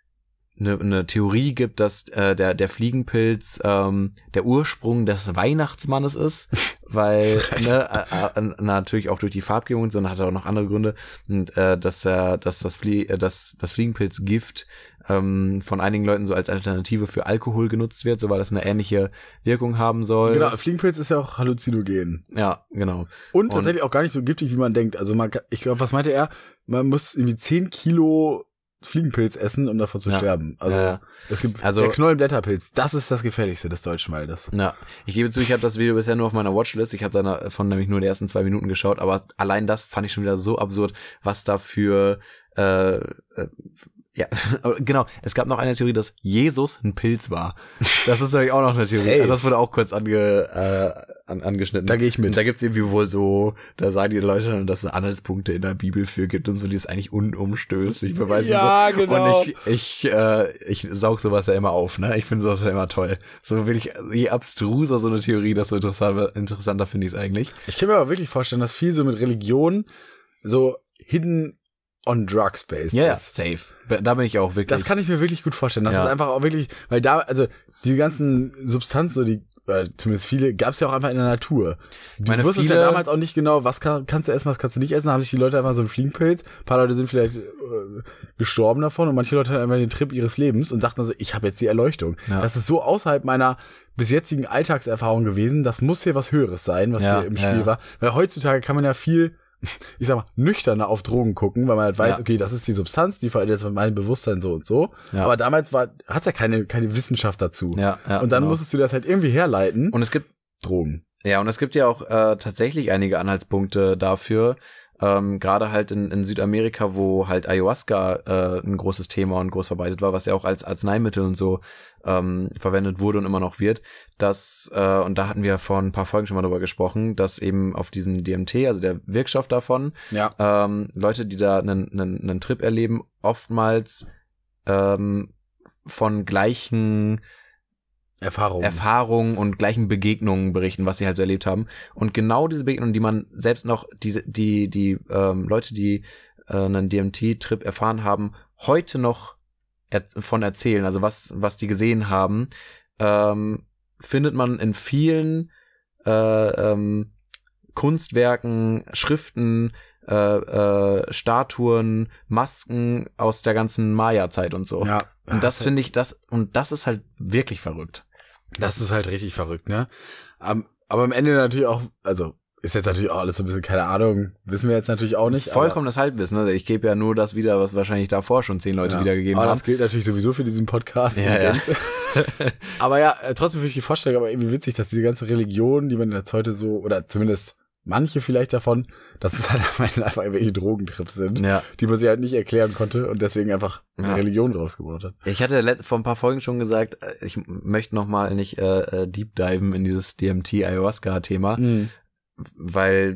eine, eine Theorie gibt, dass äh, der der Fliegenpilz ähm, der Ursprung des Weihnachtsmannes ist, weil ne, äh, äh, natürlich auch durch die Farbgebung, sondern hat er auch noch andere Gründe, und äh, dass er dass das Flie äh, dass das Fliegenpilzgift ähm, von einigen Leuten so als Alternative für Alkohol genutzt wird, so weil das eine ähnliche Wirkung haben soll. Genau, Fliegenpilz ist ja auch halluzinogen. Ja, genau. Und, Und- tatsächlich auch gar nicht so giftig, wie man denkt. Also man, kann- ich glaube, was meinte er? Man muss irgendwie zehn Kilo Fliegenpilz essen, um davon zu Ja. sterben. Also Ja. es gibt Also- der Knollenblätterpilz, das ist das gefährlichste des deutschen Waldes. Ja, ich gebe zu, ich habe das Video bisher nur auf meiner Watchlist. Ich habe davon nämlich nur die ersten zwei Minuten geschaut, aber allein das fand ich schon wieder so absurd, was da für äh, äh, ja, genau. Es gab noch eine Theorie, dass Jesus ein Pilz war. Das ist natürlich auch noch eine Theorie. Safe. Also das wurde auch kurz ange, äh, an, angeschnitten. Da gehe ich mit. Und da gibt's irgendwie wohl so, da sagen die Leute dann, dass es Anhaltspunkte in der Bibel für gibt und so, die ist eigentlich unumstößlich beweisen. Ja, und so. genau. Und ich, ich, äh, ich saug sowas ja immer auf, ne? Ich finde sowas ja immer toll. So will ich, je abstruser so eine Theorie, desto interessanter, interessanter finde ich es eigentlich. Ich kann mir aber wirklich vorstellen, dass viel so mit Religion so hidden on drugs based Ja, ja, ist. safe. Da bin ich auch wirklich. Das kann ich mir wirklich gut vorstellen. Das Ja. ist einfach auch wirklich, weil da, also die ganzen Substanzen, so die, äh, zumindest viele, gab es ja auch einfach in der Natur. Du Meine, wusstest viele- ja damals auch nicht genau, was kann, kannst du essen, was kannst du nicht essen. Da haben sich die Leute einfach so einen Fliegenpilz. Ein paar Leute sind vielleicht äh, gestorben davon und manche Leute hatten einfach den Trip ihres Lebens und dachten also, ich habe jetzt die Erleuchtung. Ja. Das ist so außerhalb meiner bis jetzigen Alltagserfahrung gewesen. Das muss hier was Höheres sein, was Ja, hier im ja, Spiel ja. war. Weil heutzutage kann man ja viel, ich sag mal, nüchterner auf Drogen gucken, weil man halt weiß, Ja. okay, das ist die Substanz, die verändert jetzt mein Bewusstsein so und so. Ja. Aber damals war, hat's ja keine, keine Wissenschaft dazu. Ja, ja, und dann genau. musstest du das halt irgendwie herleiten. Und es gibt Drogen. Ja, und es gibt ja auch äh, tatsächlich einige Anhaltspunkte dafür, ähm, gerade halt in, in Südamerika, wo halt Ayahuasca äh, ein großes Thema und groß verbreitet war, was ja auch als Arzneimittel und so ähm, verwendet wurde und immer noch wird, dass, äh, und da hatten wir vor ein paar Folgen schon mal drüber gesprochen, dass eben auf diesen D M T, also der Wirkstoff davon, Ja. ähm, Leute, die da einen, einen, einen Trip erleben, oftmals ähm, von gleichen Erfahrung. Erfahrungen und gleichen Begegnungen berichten, was sie halt so erlebt haben. Und genau diese Begegnungen, die man selbst noch, diese, die, die ähm, Leute, die äh, einen D M T-Trip erfahren haben, heute noch er von erzählen, also was, was die gesehen haben, ähm, findet man in vielen äh, ähm, Kunstwerken, Schriften, äh, äh, Statuen, Masken aus der ganzen Maya-Zeit und so. Ja. Und das finde ich, das, und das ist halt wirklich verrückt. Das ist halt richtig verrückt, ne? Um, aber am Ende natürlich auch, also ist jetzt natürlich auch alles so ein bisschen, keine Ahnung, wissen wir jetzt natürlich auch nicht. Vollkommen das Halbwissen, ne? Ich gebe ja nur das wieder, was wahrscheinlich davor schon zehn Leute aber, wiedergegeben aber haben. das gilt natürlich sowieso für diesen Podcast. Ja, in ja. Gänze. Aber ja, äh, trotzdem finde ich die Vorstellung aber irgendwie witzig, dass diese ganze Religion, die man jetzt heute so, oder zumindest manche vielleicht davon, dass es halt am Ende einfach irgendwelche Drogentrips sind, Ja. die man sich halt nicht erklären konnte und deswegen einfach eine Ja. Religion rausgebaut hat. Ich hatte let- vor ein paar Folgen schon gesagt, äh, ich möchte noch mal nicht äh, äh, deep diven in dieses D M T-Ayahuasca-Thema, Mhm. weil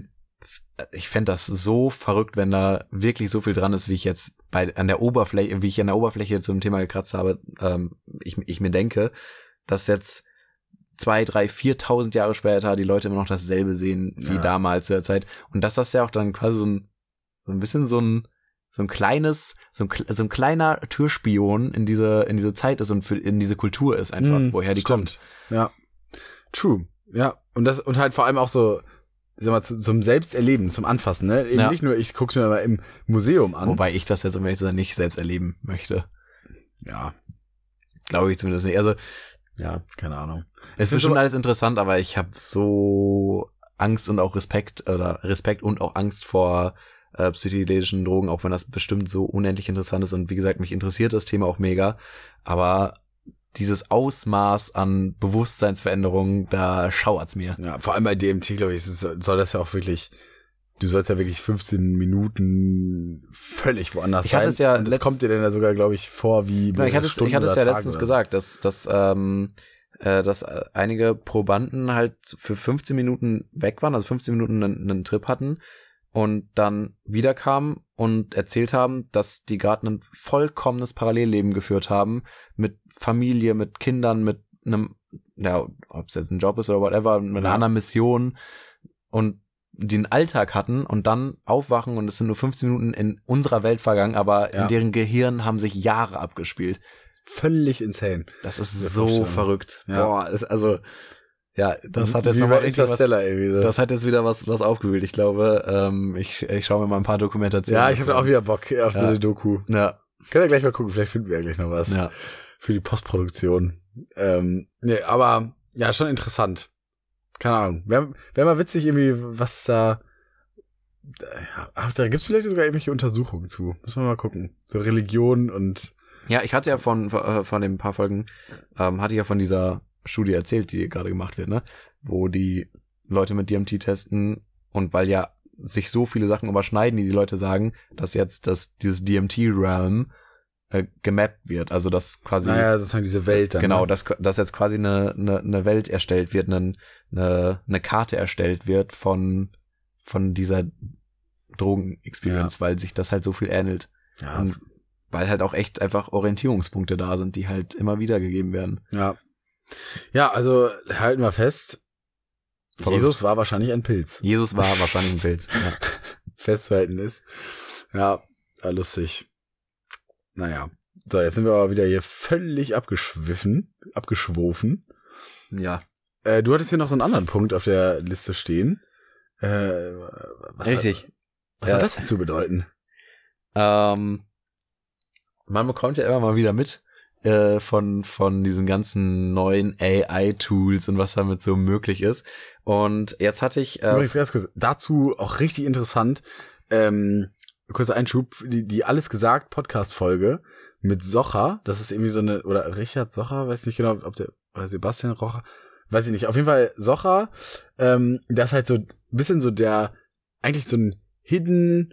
ich fände das so verrückt, wenn da wirklich so viel dran ist, wie ich jetzt bei an der Oberfläche, wie ich an der Oberfläche zum Thema gekratzt habe, ähm, ich, ich mir denke, dass jetzt zwei, drei, viertausend Jahre später die Leute immer noch dasselbe sehen wie Ja. damals zu der Zeit und dass das ja auch dann quasi so ein, so ein bisschen so ein so ein kleines, so ein, so ein kleiner Türspion in diese in diese Zeit ist und für, in diese Kultur ist einfach, Mhm, woher die stimmt. kommt. Ja. True. Ja. Und das, und halt vor allem auch so, sag mal, zu, zum Selbsterleben, zum Anfassen, ne? Eben Ja. nicht nur, ich guck's mir mal im Museum an. Wobei ich das jetzt um ehrlich zu sein nicht selbst erleben möchte. Ja, Glaube ich zumindest nicht. Also, ja. keine Ahnung. Es ist bin bestimmt so- alles interessant, aber ich habe so Angst und auch Respekt oder Respekt und auch Angst vor äh, psychedelischen Drogen, auch wenn das bestimmt so unendlich interessant ist und wie gesagt, mich interessiert das Thema auch mega, aber dieses Ausmaß an Bewusstseinsveränderungen, da schauert's mir. Ja, vor allem bei D M T, glaube ich, ist, es- soll das ja auch wirklich, du sollst ja wirklich fünfzehn Minuten völlig woanders Ich sein. hatte es ja und das letzt- kommt dir dann ja sogar, glaube ich, vor wie Ja, ich hatte es, Stunden ich hatte es oder ja Tage letztens oder so. gesagt, dass, dass, ähm, äh, dass äh, einige Probanden halt für fünfzehn Minuten weg waren, also fünfzehn Minuten einen, einen Trip hatten und dann wiederkamen und erzählt haben, dass die gerade ein vollkommenes Parallelleben geführt haben mit Familie, mit Kindern, mit einem, ja, ob es jetzt ein Job ist oder whatever, mit einer Ja. anderen Mission und die einen Alltag hatten und dann aufwachen und es sind nur fünfzehn Minuten in unserer Welt vergangen, aber Ja. in deren Gehirn haben sich Jahre abgespielt. Völlig insane. Das ist Mir so vorstellen. verrückt. Ja. Boah, ist also, ja, das hat jetzt Wie nochmal bei richtig was, Interstellar irgendwie so. das hat jetzt wieder was, was aufgewühlt. Ich glaube, ähm, ich, ich schaue mir mal ein paar Dokumentationen Ja, ich habe dazu auch an. wieder Bock auf so Ja. eine Doku. Ja, Können wir gleich mal gucken, vielleicht finden wir ja gleich noch was ja. für die Postproduktion. Ähm, nee, aber ja, schon interessant. Keine Ahnung. Wäre wär mal witzig irgendwie, was da ja, ach, da gibt's vielleicht sogar irgendwelche Untersuchungen zu. Müssen wir mal gucken. So Religion und Ja, ich hatte ja von, äh, von den paar Folgen, ähm, hatte ich ja von dieser Studie erzählt, die gerade gemacht wird, ne? Wo die Leute mit D M T testen und weil ja sich so viele Sachen überschneiden, die die Leute sagen, dass jetzt das, dieses D M T-Realm äh, gemappt wird. Also, dass quasi naja, sozusagen diese Welt dann. Genau, ne? dass, dass jetzt quasi eine, eine, eine Welt erstellt wird, eine, eine, eine Karte erstellt wird von, von dieser Drogen-Experience, weil sich das halt so viel ähnelt. Ja, Und weil halt auch echt einfach Orientierungspunkte da sind, die halt immer wieder gegeben werden. ja. Ja, also halten wir fest, Verrückt. Jesus war wahrscheinlich ein Pilz. Jesus war wahrscheinlich ein Pilz. Ja. Festzuhalten ist. Ja, ja, lustig. Naja. So, jetzt sind wir aber wieder hier völlig abgeschwiffen, abgeschwofen. ja. Äh, du hattest hier noch so einen anderen Punkt auf der Liste stehen. Äh, was Richtig. Hat, was Ja. hat das denn zu bedeuten? Ähm, man bekommt ja immer mal wieder mit äh, von von diesen ganzen neuen A I-Tools und was damit so möglich ist. Und jetzt hatte ich äh, Übrigens ganz kurz, dazu auch richtig interessant, ähm, kurzer Einschub, die, die Alles gesagt Podcast-Folge mit Socher, das ist irgendwie so eine, oder Richard Socher, weiß nicht genau, ob der, oder Sebastian Rocher, weiß ich nicht, auf jeden Fall Socher, ähm, das ist halt so ein bisschen so der, eigentlich so ein hidden,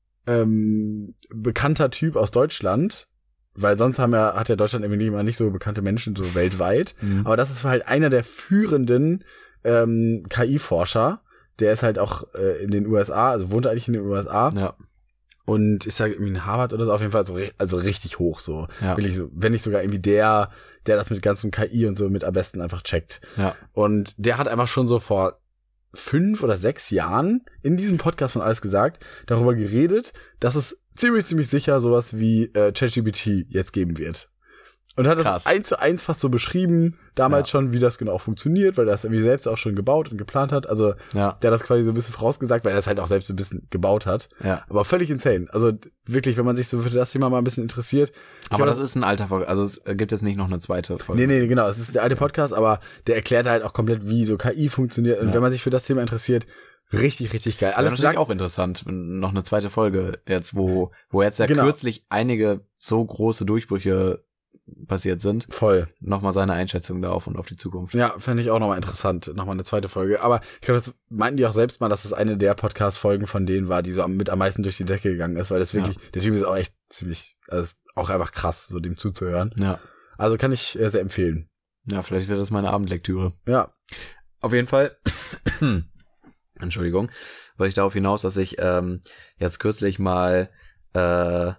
ähm, bekannter Typ aus Deutschland, weil sonst haben ja, hat ja Deutschland irgendwie nicht immer nicht so bekannte Menschen so weltweit, Mhm. aber das ist halt einer der führenden ähm, K I-Forscher, der ist halt auch äh, in den U S A, also wohnt eigentlich in den U S A ja, und ist ja irgendwie in Harvard oder so, auf jeden Fall so ri- also richtig hoch so. ja, Wirklich so, wenn nicht sogar irgendwie der, der das mit ganzem K I und so mit am besten einfach checkt. ja, Und der hat einfach schon so vor fünf oder sechs Jahren in diesem Podcast von Alles gesagt, darüber geredet, dass es ziemlich, ziemlich sicher sowas wie äh, ChatGPT jetzt geben wird. Und hat Krass. das eins zu eins fast so beschrieben, damals Ja. schon, wie das genau funktioniert, weil er das irgendwie selbst auch schon gebaut und geplant hat. Also ja, der hat das quasi so ein bisschen vorausgesagt, weil er es halt auch selbst so ein bisschen gebaut hat. ja. Aber völlig insane. Also wirklich, wenn man sich so für das Thema mal ein bisschen interessiert. Ich Aber glaub, das ist ein alter Folge. Also es gibt jetzt nicht noch eine zweite Folge. Nee, nee, genau. Es ist der alte Podcast, aber der erklärt halt auch komplett, wie so K I funktioniert. Und Ja. wenn man sich für das Thema interessiert, richtig, richtig geil. Alles Alles das ist natürlich gesagt. auch interessant, noch eine zweite Folge jetzt, wo wo jetzt ja Genau. kürzlich einige so große Durchbrüche passiert sind, Voll. nochmal seine Einschätzung darauf und auf die Zukunft. Ja, fände ich auch nochmal interessant. Nochmal eine zweite Folge. Aber ich glaube, das meinten die auch selbst mal, dass das eine der Podcast-Folgen von denen war, die so am, mit am meisten durch die Decke gegangen ist, weil das wirklich, der Typ ist auch echt ziemlich, also ist auch einfach krass, so dem zuzuhören. Ja, Also kann ich äh, sehr empfehlen. ja, vielleicht wird das meine Abendlektüre. Ja. Auf jeden Fall Entschuldigung, wollte ich darauf hinaus, dass ich ähm, jetzt kürzlich mal äh,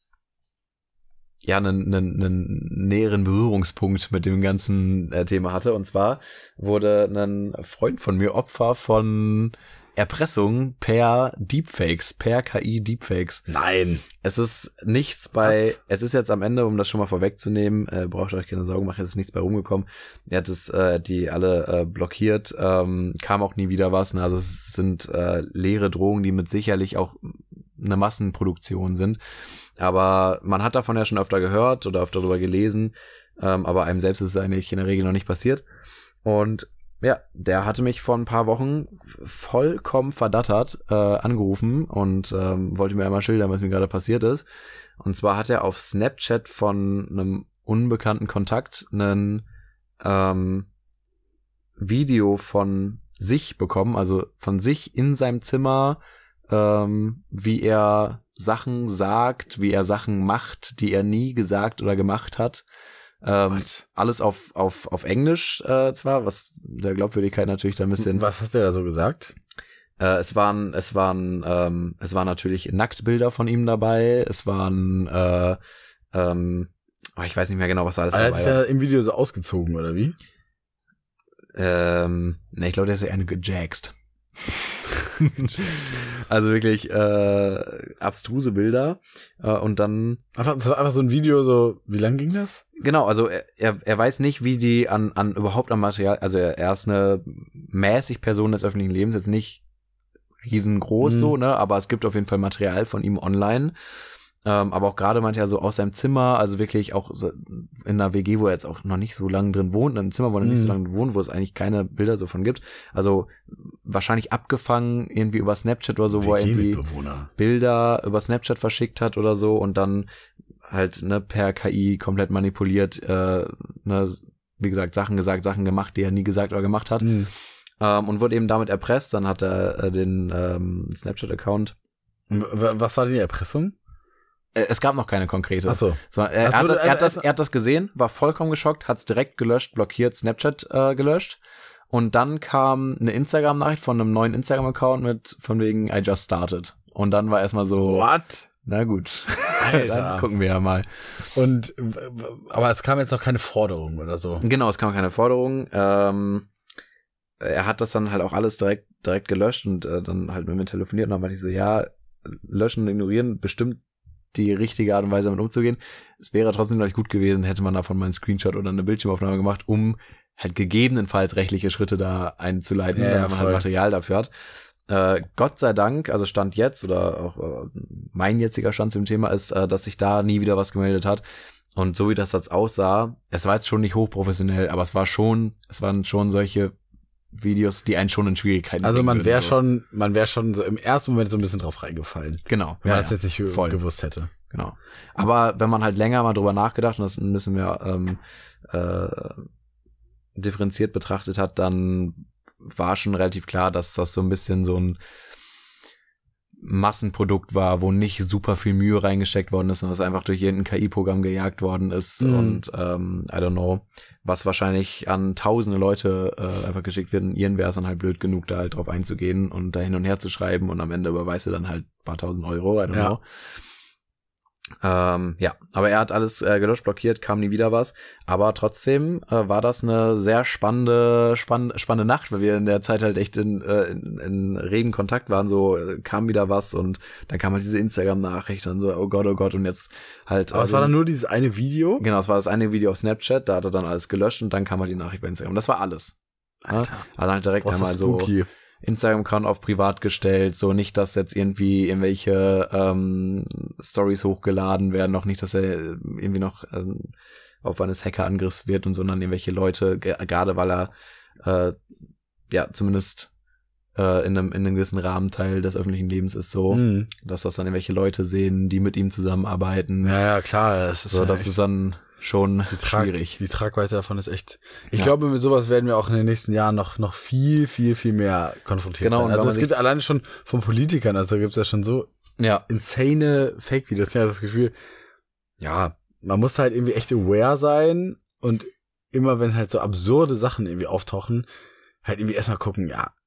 ja einen, einen, einen näheren Berührungspunkt mit dem ganzen äh, Thema hatte. Und zwar wurde ein Freund von mir Opfer von Erpressung per Deepfakes, per K I-Deepfakes. Nein. Es ist nichts bei, Was? es ist jetzt am Ende, um das schon mal vorwegzunehmen, äh, braucht euch keine Sorgen machen, es ist nichts bei rumgekommen. Er hat es, äh, die alle äh, blockiert, ähm, kam auch nie wieder was. Ne? Also es sind äh, leere Drohungen, die mit sicherlich auch eine Massenproduktion sind. Aber man hat davon ja schon öfter gehört oder öfter darüber gelesen, ähm, aber einem selbst ist es eigentlich in der Regel noch nicht passiert. Und ja, der hatte mich vor ein paar Wochen vollkommen verdattert äh, angerufen und ähm, wollte mir einmal schildern, was mir gerade passiert ist. Und zwar hat er auf Snapchat von einem unbekannten Kontakt ein ähm, Video von sich bekommen, also von sich in seinem Zimmer, ähm, wie er Sachen sagt, wie er Sachen macht, die er nie gesagt oder gemacht hat. Ähm, alles auf auf auf Englisch äh, zwar, was der Glaubwürdigkeit natürlich da ein bisschen. Was hast du da so gesagt? Äh, es waren es waren ähm, es waren natürlich Nacktbilder von ihm dabei. Es waren äh, ähm, oh, ich weiß nicht mehr genau, was da alles Also dabei ist war. ja im Video so ausgezogen oder wie? Ähm, ne, ich glaube, der ist ja eher gejaxt. Also wirklich äh, abstruse Bilder äh, und dann Einfach, das war einfach so ein Video, so, wie lang ging das? genau, also er, er er weiß nicht, wie die an an überhaupt am Material, also er, er ist eine mäßig Person des öffentlichen Lebens, jetzt nicht riesengroß Mhm. so, ne, aber es gibt auf jeden Fall Material von ihm online. Ähm, aber auch gerade manchmal so aus seinem Zimmer, also wirklich auch so in einer W G, wo er jetzt auch noch nicht so lange drin wohnt, in einem Zimmer, wo er Mhm. nicht so lange wohnt, wo es eigentlich keine Bilder so von gibt. Also wahrscheinlich abgefangen irgendwie über Snapchat oder so, wo er irgendwie W G-Mitbewohner. Bilder über Snapchat verschickt hat oder so und dann halt ne per K I komplett manipuliert, äh, ne, wie gesagt, Sachen gesagt, Sachen gemacht, die er nie gesagt oder gemacht hat. Mhm. Ähm, und wurde eben damit erpresst. Dann hat er äh, den ähm, Snapchat-Account. Und w- Was war denn die Erpressung? Äh, es gab noch keine konkrete. Ach so. So, er, Das er, hat, wurde er, hat das, erst- er hat das gesehen, war vollkommen geschockt, hat es direkt gelöscht, blockiert, Snapchat äh, gelöscht. Und dann kam eine Instagram-Nachricht von einem neuen Instagram-Account mit von wegen I just started. Und dann war erstmal so, What? na gut, Alter. dann gucken wir ja mal. Und, w- w- aber es kam jetzt noch keine Forderung oder so. Genau, es kam keine Forderung. Ähm, er hat das dann halt auch alles direkt direkt gelöscht und äh, dann halt mit mir telefoniert und dann meinte ich so, ja, löschen und ignorieren, bestimmt die richtige Art und Weise damit umzugehen. Es wäre trotzdem gleich gut gewesen, hätte man davon mal einen Screenshot oder eine Bildschirmaufnahme gemacht, um halt gegebenenfalls rechtliche Schritte da einzuleiten, Ja, ja, wenn man voll. halt Material dafür hat. Äh, Gott sei Dank, also Stand jetzt oder auch äh, mein jetziger Stand zum Thema ist, äh, dass sich da nie wieder was gemeldet hat. Und so wie das jetzt aussah, es war jetzt schon nicht hochprofessionell, aber es war schon, es waren schon solche Videos, die einen schon in Schwierigkeiten Also bringen man würden, wäre so. schon, man wäre schon so im ersten Moment so ein bisschen drauf reingefallen, Genau. wenn ja, man es ja, jetzt nicht voll. gewusst hätte. Genau. Aber wenn man halt länger mal drüber nachgedacht und das ein bisschen mehr ähm, äh, differenziert betrachtet hat, dann war schon relativ klar, dass das so ein bisschen so ein Massenprodukt war, wo nicht super viel Mühe reingesteckt worden ist und das einfach durch irgendein K I-Programm gejagt worden ist Mhm. und ähm, I don't know, was wahrscheinlich an tausende Leute äh, einfach geschickt wird und ihren wäre es dann halt blöd genug, da halt drauf einzugehen und da hin und her zu schreiben und am Ende überweist du dann halt ein paar tausend Euro, I don't Ja. know. Ähm, ja, aber er hat alles äh, gelöscht, blockiert, kam nie wieder was. Aber trotzdem äh, war das eine sehr spannende, spann spannende Nacht, weil wir in der Zeit halt echt in, äh, in, in regen Kontakt waren. So äh, kam wieder was und dann kam halt diese Instagram-Nachricht und so, oh Gott, oh Gott, und jetzt halt. Aber es äh, war dann nur dieses eine Video? Genau, es war das eine Video auf Snapchat, da hat er dann alles gelöscht und dann kam halt die Nachricht bei Instagram. Das war alles. Alter. Ja? Also halt direkt Was einmal ist so spooky. Instagram-Account auf privat gestellt, so nicht, dass jetzt irgendwie irgendwelche ähm, Stories hochgeladen werden, noch nicht, dass er irgendwie noch ähm, Opfer eines Hackerangriffs wird und sondern irgendwelche Leute, ge- gerade weil er äh, ja zumindest äh, in einem in einem gewissen Rahmenteil des öffentlichen Lebens ist so, Mhm. dass das dann irgendwelche Leute sehen, die mit ihm zusammenarbeiten. Ja, ja, klar. Das ist so, ja das echt- ist dann schon die, Trag schwierig. die Tragweite davon ist echt. Ich Ja. glaube, mit sowas werden wir auch in den nächsten Jahren noch noch viel, viel, viel mehr konfrontiert Genau, und sein. wenn Also man es gibt alleine schon von Politikern, also gibt es ja schon so Ja, insane Fake-Videos. Ja, das Gefühl, ja, man muss halt irgendwie echt aware sein und immer wenn halt so absurde Sachen irgendwie auftauchen, halt irgendwie erstmal gucken, ja,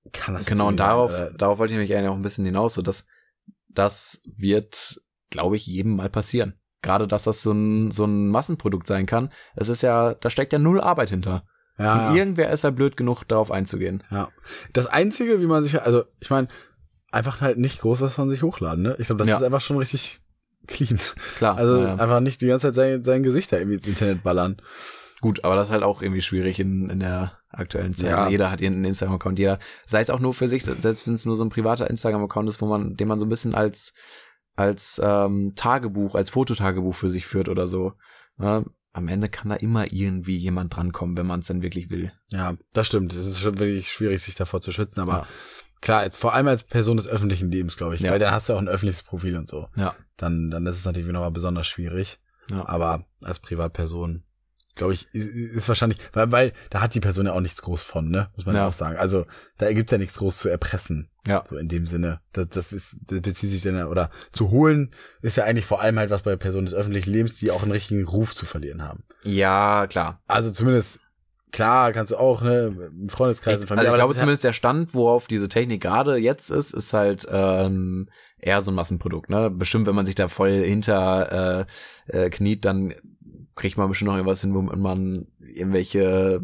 kann das Genau, und natürlich darauf, sein, äh, darauf wollte ich mich eigentlich auch ein bisschen hinaus, so dass das wird, glaube ich, jedem mal passieren. Gerade, dass das so ein, so ein Massenprodukt sein kann. Es ist ja, da steckt ja null Arbeit hinter. ja, Und ja. irgendwer ist ja blöd genug, darauf einzugehen. Ja. Das Einzige, wie man sich, also ich meine, einfach halt nicht groß was von sich hochladen, ne? Ich glaube, das Ja. ist einfach schon richtig clean. Klar. Also naja. einfach nicht die ganze Zeit sein, sein Gesicht da irgendwie ins Internet ballern. Gut, aber das ist halt auch irgendwie schwierig in, in der aktuellen Zeit. Ja. Jeder hat ihren Instagram-Account, jeder, sei es auch nur für sich, selbst wenn es nur so ein privater Instagram-Account ist, wo man, den man so ein bisschen als als ähm, Tagebuch, als Fototagebuch für sich führt oder so. Ja, am Ende kann da immer irgendwie jemand drankommen, wenn man es dann wirklich will. Ja, das stimmt. Es ist schon wirklich schwierig, sich davor zu schützen, aber Ja. klar, jetzt, vor allem als Person des öffentlichen Lebens, glaube ich, Ja. weil dann hast du auch ein öffentliches Profil und so. Ja. Dann, dann ist es natürlich nochmal besonders schwierig. Ja. Aber als Privatperson, glaube ich, ist, ist wahrscheinlich, weil, weil da hat die Person ja auch nichts groß von, ne? Muss man ja Ja. auch sagen. Also da gibt's ja nichts groß zu erpressen. Ja. So in dem Sinne. Das, das ist, das bezieht sich dann, ja- oder zu holen, ist ja eigentlich vor allem halt was bei Personen des öffentlichen Lebens, die auch einen richtigen Ruf zu verlieren haben. Ja, klar. Also zumindest, klar, kannst du auch, ne, im Freundeskreis und Ich, Familie. also ich aber glaube das ist zumindest der Stand, worauf diese Technik gerade jetzt ist, ist halt ähm, eher so ein Massenprodukt. Ne? Bestimmt, wenn man sich da voll hinter äh, äh, kniet, dann kriegt man bestimmt noch irgendwas hin, womit man irgendwelche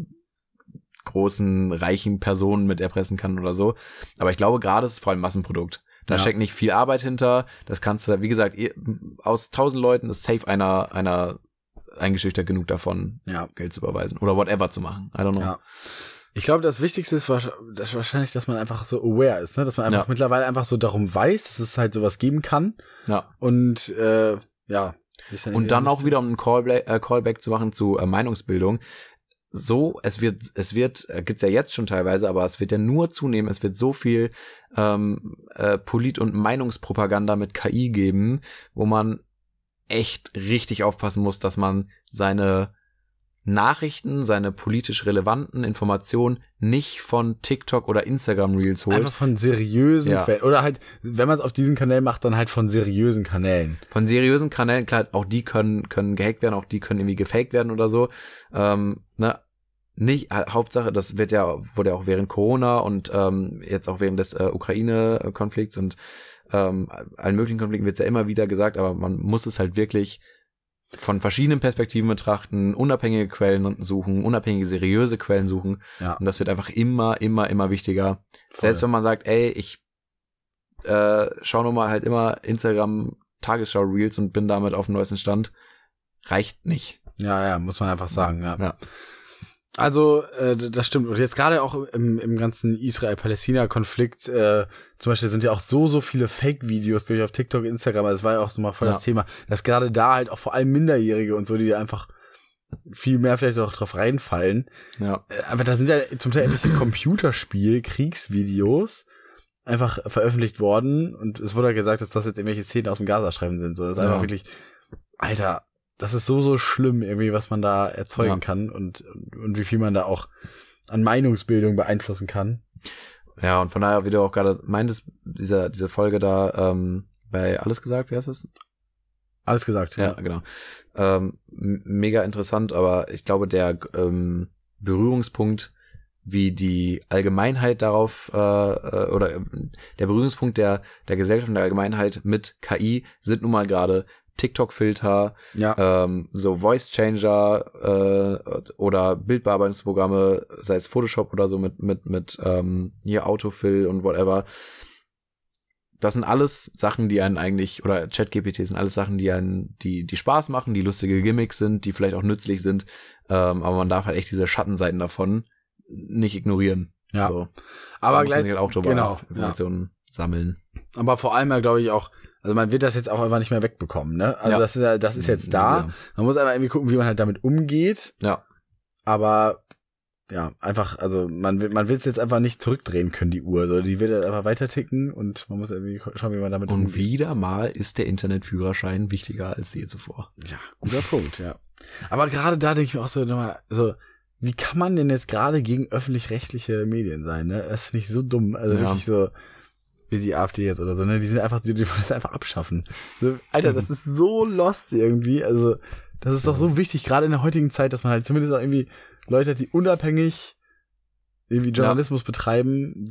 großen, reichen Personen mit erpressen kann oder so. Aber ich glaube, gerade ist es vor allem Massenprodukt. Da Ja. steckt nicht viel Arbeit hinter. Das kannst du, wie gesagt, ihr- aus tausend Leuten ist safe einer, einer eingeschüchtert genug davon, ja. Geld zu überweisen oder whatever zu machen. I don't know. Ja. Ich glaube, das Wichtigste ist wahrsch- das wahrscheinlich, dass man einfach so aware ist, ne? Dass man einfach Ja. mittlerweile einfach so darum weiß, dass es halt sowas geben kann. Ja. Und äh, ja. sich Und dann auch wieder, um einen Callback, äh, Callback zu machen zu äh, Meinungsbildung. So, es wird, es wird, äh, gibt's ja jetzt schon teilweise, aber es wird ja nur zunehmen, es wird so viel ähm, äh, Polit- und Meinungspropaganda mit K I geben, wo man echt richtig aufpassen muss, dass man seine Nachrichten, seine politisch relevanten Informationen nicht von TikTok oder Instagram Reels holt. einfach von seriösen Ja. Quellen. Oder halt, wenn man es auf diesen Kanälen macht, dann halt von seriösen Kanälen. Von seriösen Kanälen, klar, auch die können können gehackt werden, auch die können irgendwie gefaked werden oder so. Ähm, ne, nicht ha- Hauptsache, das wird ja wurde ja auch während Corona und ähm, jetzt auch während des äh, Ukraine-Konflikts und ähm, allen möglichen Konflikten wird's ja immer wieder gesagt, aber man muss es halt wirklich von verschiedenen Perspektiven betrachten, unabhängige Quellen suchen, unabhängige seriöse Quellen suchen. Ja. Und das wird einfach immer, immer, immer wichtiger. Voll. Selbst wenn man sagt, ey, ich äh, schaue nur mal halt immer Instagram Tagesschau Reels und bin damit auf dem neuesten Stand, reicht nicht. Ja, ja, muss man einfach sagen, ja. Ja. Also, äh, das stimmt. Und jetzt gerade auch im, im ganzen Israel-Palästina-Konflikt, äh, zum Beispiel sind ja auch so, so viele Fake-Videos durch auf TikTok, Instagram, also das war ja auch so mal voll Ja. das Thema, dass gerade da halt auch vor allem Minderjährige und so, die da einfach viel mehr vielleicht auch drauf reinfallen. Ja. Äh, Aber da sind ja zum Teil irgendwelche Computerspiel-Kriegsvideos einfach veröffentlicht worden und es wurde ja gesagt, dass das jetzt irgendwelche Szenen aus dem Gazastreifen sind. So, das ist Ja. einfach wirklich, Alter, das ist so, so schlimm irgendwie, was man da erzeugen Ja. kann und, und, und wie viel man da auch an Meinungsbildung beeinflussen kann. Ja, und von daher, wie du auch gerade meintest, dieser, diese Folge da, ähm, bei Alles gesagt, wie heißt das? Alles gesagt, Ja, ja. genau. Ähm, m- mega interessant, aber ich glaube, der ähm, Berührungspunkt, wie die Allgemeinheit darauf, äh, äh, oder äh, der Berührungspunkt der, der Gesellschaft und der Allgemeinheit mit K I sind nun mal gerade TikTok-Filter, Ja, ähm, so Voice-Changer äh, oder Bildbearbeitungsprogramme, sei es Photoshop oder so mit mit mit ähm, hier Autofill und whatever. Das sind alles Sachen, die einen eigentlich, oder ChatGPT sind alles Sachen, die einen, die die Spaß machen, die lustige Gimmicks sind, die vielleicht auch nützlich sind, ähm, aber man darf halt echt diese Schattenseiten davon nicht ignorieren. ja. So. Aber Da muss man gleich, sich halt auch drüber genau, ja. Informationen sammeln. Aber vor allem ja, glaube ich, auch, also man wird das jetzt auch einfach nicht mehr wegbekommen, ne? Also Ja. das ist ja, das ist jetzt da. Ja. Man muss einfach irgendwie gucken, wie man halt damit umgeht. Ja. Aber ja, einfach, also man will, man will es jetzt einfach nicht zurückdrehen können, die Uhr. So, die wird jetzt einfach weiter ticken und man muss irgendwie schauen, wie man damit Und umgeht. wieder mal ist der Internetführerschein wichtiger als je zuvor. Ja, guter Punkt, ja. Aber gerade da denke ich mir auch so nochmal, also wie kann man denn jetzt gerade gegen öffentlich-rechtliche Medien sein, ne? Das finde ich so dumm. Also Ja. wirklich so, wie die AfD jetzt oder so, ne? Die sind einfach, die, die wollen es einfach abschaffen. So, Alter, das ist so lost irgendwie. Also, das ist doch so wichtig, gerade in der heutigen Zeit, dass man halt zumindest auch irgendwie Leute hat, die unabhängig irgendwie Journalismus betreiben, die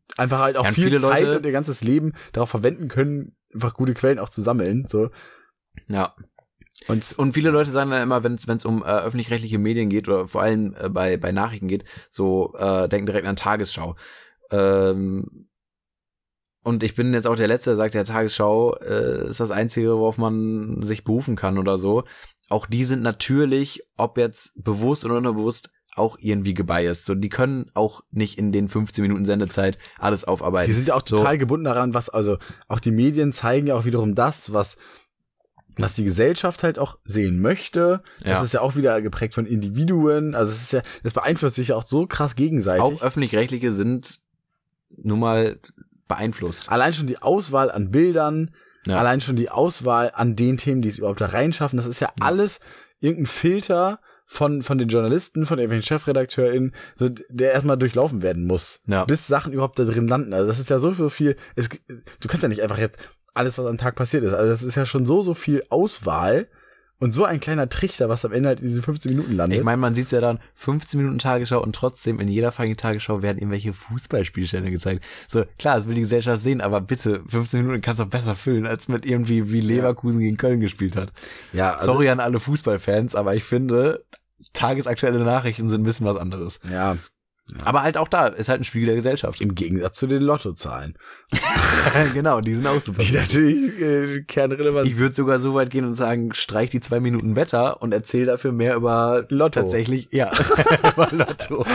einfach halt auch Ja, und viel viele Zeit Leute- und ihr ganzes Leben darauf verwenden können, einfach gute Quellen auch zu sammeln. So. Ja. Und, Und viele Leute sagen dann immer, wenn es um äh, öffentlich-rechtliche Medien geht oder vor allem äh, bei bei Nachrichten geht, so äh, denken direkt an Tagesschau. Ähm, und ich bin jetzt auch der Letzte, der sagt, ja, Tagesschau äh, ist das Einzige, worauf man sich berufen kann oder so. Auch die sind natürlich, ob jetzt bewusst oder unterbewusst, auch irgendwie gebiased. So, die können auch nicht in den fünfzehn Minuten Sendezeit alles aufarbeiten. die sind ja auch total so. gebunden daran, was, also auch die Medien zeigen ja auch wiederum das, was was die Gesellschaft halt auch sehen möchte. Ja. Das ist ja auch wieder geprägt von Individuen. Also es ist ja, das beeinflusst sich ja auch so krass gegenseitig. Auch öffentlich-rechtliche sind nun mal beeinflusst. Allein schon die Auswahl an Bildern, Ja. allein schon die Auswahl an den Themen, die es überhaupt da reinschaffen, das ist ja alles irgendein Filter von von den Journalisten, von irgendwelchen ChefredakteurInnen, so, der erstmal durchlaufen werden muss, Ja. bis Sachen überhaupt da drin landen. Also das ist ja so, so viel, es, du kannst ja nicht einfach jetzt alles, was am Tag passiert ist. Also das ist ja schon so, so viel Auswahl und so ein kleiner Trichter, was am Ende halt in diese fünfzehn Minuten landet. Ich meine, man sieht's ja dann, fünfzehn Minuten Tagesschau und trotzdem in jeder fucking Tagesschau werden irgendwelche Fußballspielstände gezeigt. So, klar, das will die Gesellschaft sehen, aber bitte, fünfzehn Minuten kannst du doch besser füllen, als mit irgendwie, wie Leverkusen gegen Köln gespielt hat. ja, also, Sorry an alle Fußballfans, aber ich finde, tagesaktuelle Nachrichten sind ein bisschen was anderes. ja, Aber halt auch da, ist halt ein Spiegel der Gesellschaft. im Gegensatz zu den Lottozahlen, Genau, die sind auch super. die natürlich äh, kernrelevant Ich würde sogar so weit gehen und sagen, streich die zwei Minuten Wetter und erzähl dafür mehr über Lotto. Tatsächlich, ja, über Lotto.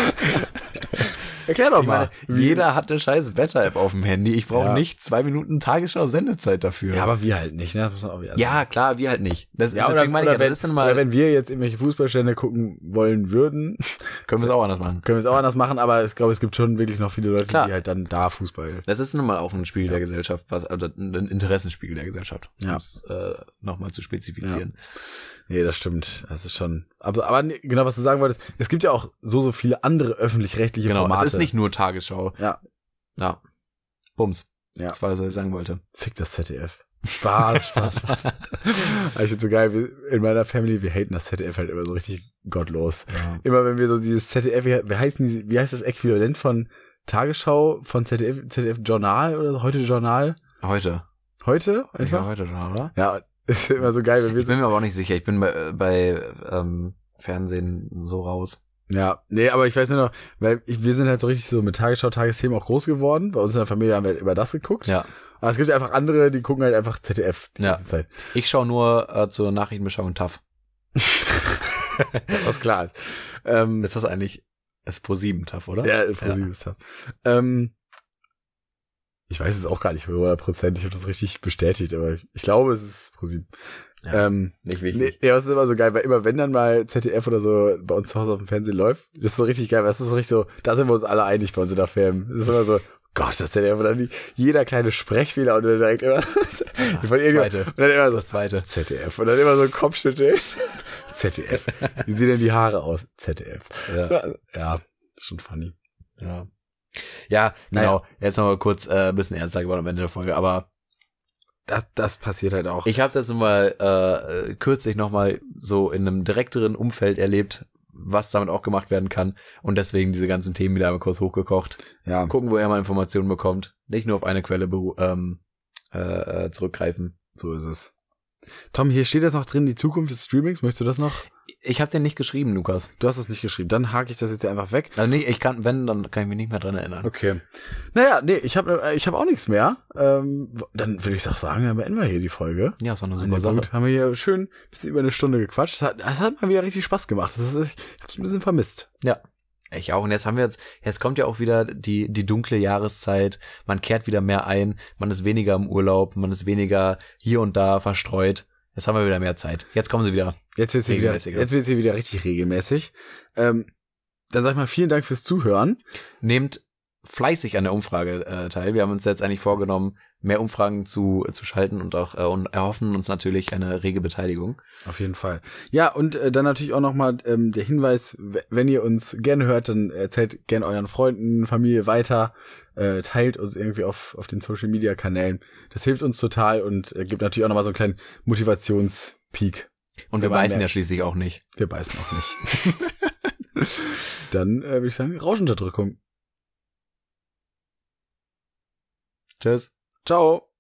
Erklär doch Ich mal. meine, jeder hat eine scheiß Wetter-App auf dem Handy. Ich brauche Ja. nicht zwei Minuten Tagesschau-Sendezeit dafür. Ja, aber wir halt nicht, ne? Das muss man auch wieder sagen. Ja, klar, wir halt nicht. Das, Ja, deswegen oder, meine ich, oder, ja, wenn, das ist dann oder mal, wenn wir jetzt irgendwelche Fußballstände gucken wollen würden, können wir es auch anders machen. können wir es auch anders machen, aber ich glaube, es gibt schon wirklich noch viele Leute, Klar. die halt dann da Fußball. Das ist nun mal auch ein Spiegel der Gesellschaft, was, also ein Interessenspiegel der Gesellschaft, um Ja. es äh, nochmal zu spezifizieren. Nee, das stimmt. Das ist schon. Aber, aber nee, genau, was du sagen wolltest, es gibt ja auch so, so viele andere öffentlich-rechtliche Genau, Formate. es ist nicht nur Tagesschau. Ja. Ja. Bums. Ja. Das war das, was ich sagen wollte. Fick das Z D F. Spaß, Spaß, Spaß. Aber ich find's so geil, wir, in meiner Family, wir haten das Z D F halt immer so richtig gottlos. Ja. Immer wenn wir so dieses Z D F, wie, wie heißen die, wie heißt das Äquivalent von Tagesschau, von Z D F, Z D F Journal oder so? Heute Journal? Heute. Heute? Ja, Einfach? heute schon, oder? Ja, ist immer so geil, wenn wir Ich so, bin mir aber auch nicht sicher. Ich bin bei, bei ähm, Fernsehen so raus. ja, nee, aber ich weiß nur noch, weil ich, wir sind halt so richtig so mit Tagesschau, Tagesthemen auch groß geworden. Bei uns in der Familie haben wir halt immer das geguckt. Ja. Aber es gibt ja einfach andere, die gucken halt einfach Z D F die Ja. ganze Zeit. Ich schaue nur äh, zur Nachrichtenbeschauung T A F. Was klar ist. Ähm, Ist das eigentlich, ist Pro sieben T A F, oder? ja, ProSieben ist das. Ähm, ich weiß es auch gar nicht hundert Prozent, ich habe das richtig bestätigt, aber ich, ich glaube, es ist ProSieben. Ja, ähm, nicht nee, wichtig. ja, das ist immer so geil, weil immer wenn dann mal Z D F oder so bei uns zu Hause auf dem Fernsehen läuft, das ist so richtig geil, weil das ist so richtig so, da sind wir uns alle einig bei uns in der Fam. Das ist immer so, Gott, das Z D F und dann die, jeder kleine Sprechfehler und dann direkt immer, von irgendjemand- zweite. und dann immer so, Das zweite. Z D F und dann immer so ein Kopfschütteln. Z D F. Wie sehen denn die Haare aus? Z D F. Ja. Ja, schon funny. Ja, ja genau. Jetzt noch mal kurz äh, ein bisschen ernster geworden am Ende der Folge, aber Das, das passiert halt auch. ich habe es jetzt noch mal äh, kürzlich noch mal so in einem direkteren Umfeld erlebt, was damit auch gemacht werden kann und deswegen diese ganzen Themen wieder einmal kurz hochgekocht. Ja. Gucken, wo er mal Informationen bekommt. Nicht nur auf eine Quelle beru- ähm, äh, äh, zurückgreifen. So ist es. Tom, hier steht jetzt noch drin, die Zukunft des Streamings. Möchtest du das noch? Ich habe den nicht geschrieben, Lukas. Du hast es nicht geschrieben. Dann hake ich das jetzt hier einfach weg. Also nee, ich kann, wenn, dann kann ich mich nicht mehr dran erinnern. Okay. Naja, nee, ich habe ich hab auch nichts mehr. Ähm, dann würde ich doch sagen, dann beenden wir hier die Folge. Ja, ist doch eine An super der Sache. Punkt haben wir hier schön ein bisschen über eine Stunde gequatscht. Das hat, das hat mal wieder richtig Spaß gemacht. Das ist, ich hab's ein bisschen vermisst. Ja. Ich auch. Und jetzt haben wir jetzt, jetzt kommt ja auch wieder die, die dunkle Jahreszeit. Man kehrt wieder mehr ein. Man ist weniger im Urlaub. Man ist weniger hier und da verstreut. Jetzt haben wir wieder mehr Zeit. Jetzt kommen sie wieder. Jetzt wird's hier wieder, Regelmäßiger. jetzt wird's hier wieder richtig regelmäßig. Ähm, dann sag ich mal vielen Dank fürs Zuhören. Nehmt fleißig an der Umfrage äh, teil. Wir haben uns jetzt eigentlich vorgenommen, mehr Umfragen zu, zu schalten und auch äh, und erhoffen uns natürlich eine rege Beteiligung. Auf jeden Fall. Ja, und äh, dann natürlich auch nochmal ähm, der Hinweis, w- wenn ihr uns gerne hört, dann erzählt gerne euren Freunden, Familie weiter, äh, teilt uns irgendwie auf auf den Social Media Kanälen. Das hilft uns total und äh, gibt natürlich auch nochmal so einen kleinen Motivationspeak. Und Wenn wir man beißen ja merkt. schließlich auch nicht. Wir beißen auch nicht. Dann äh, würde ich sagen, Rauschunterdrückung. Tschüss. Ciao.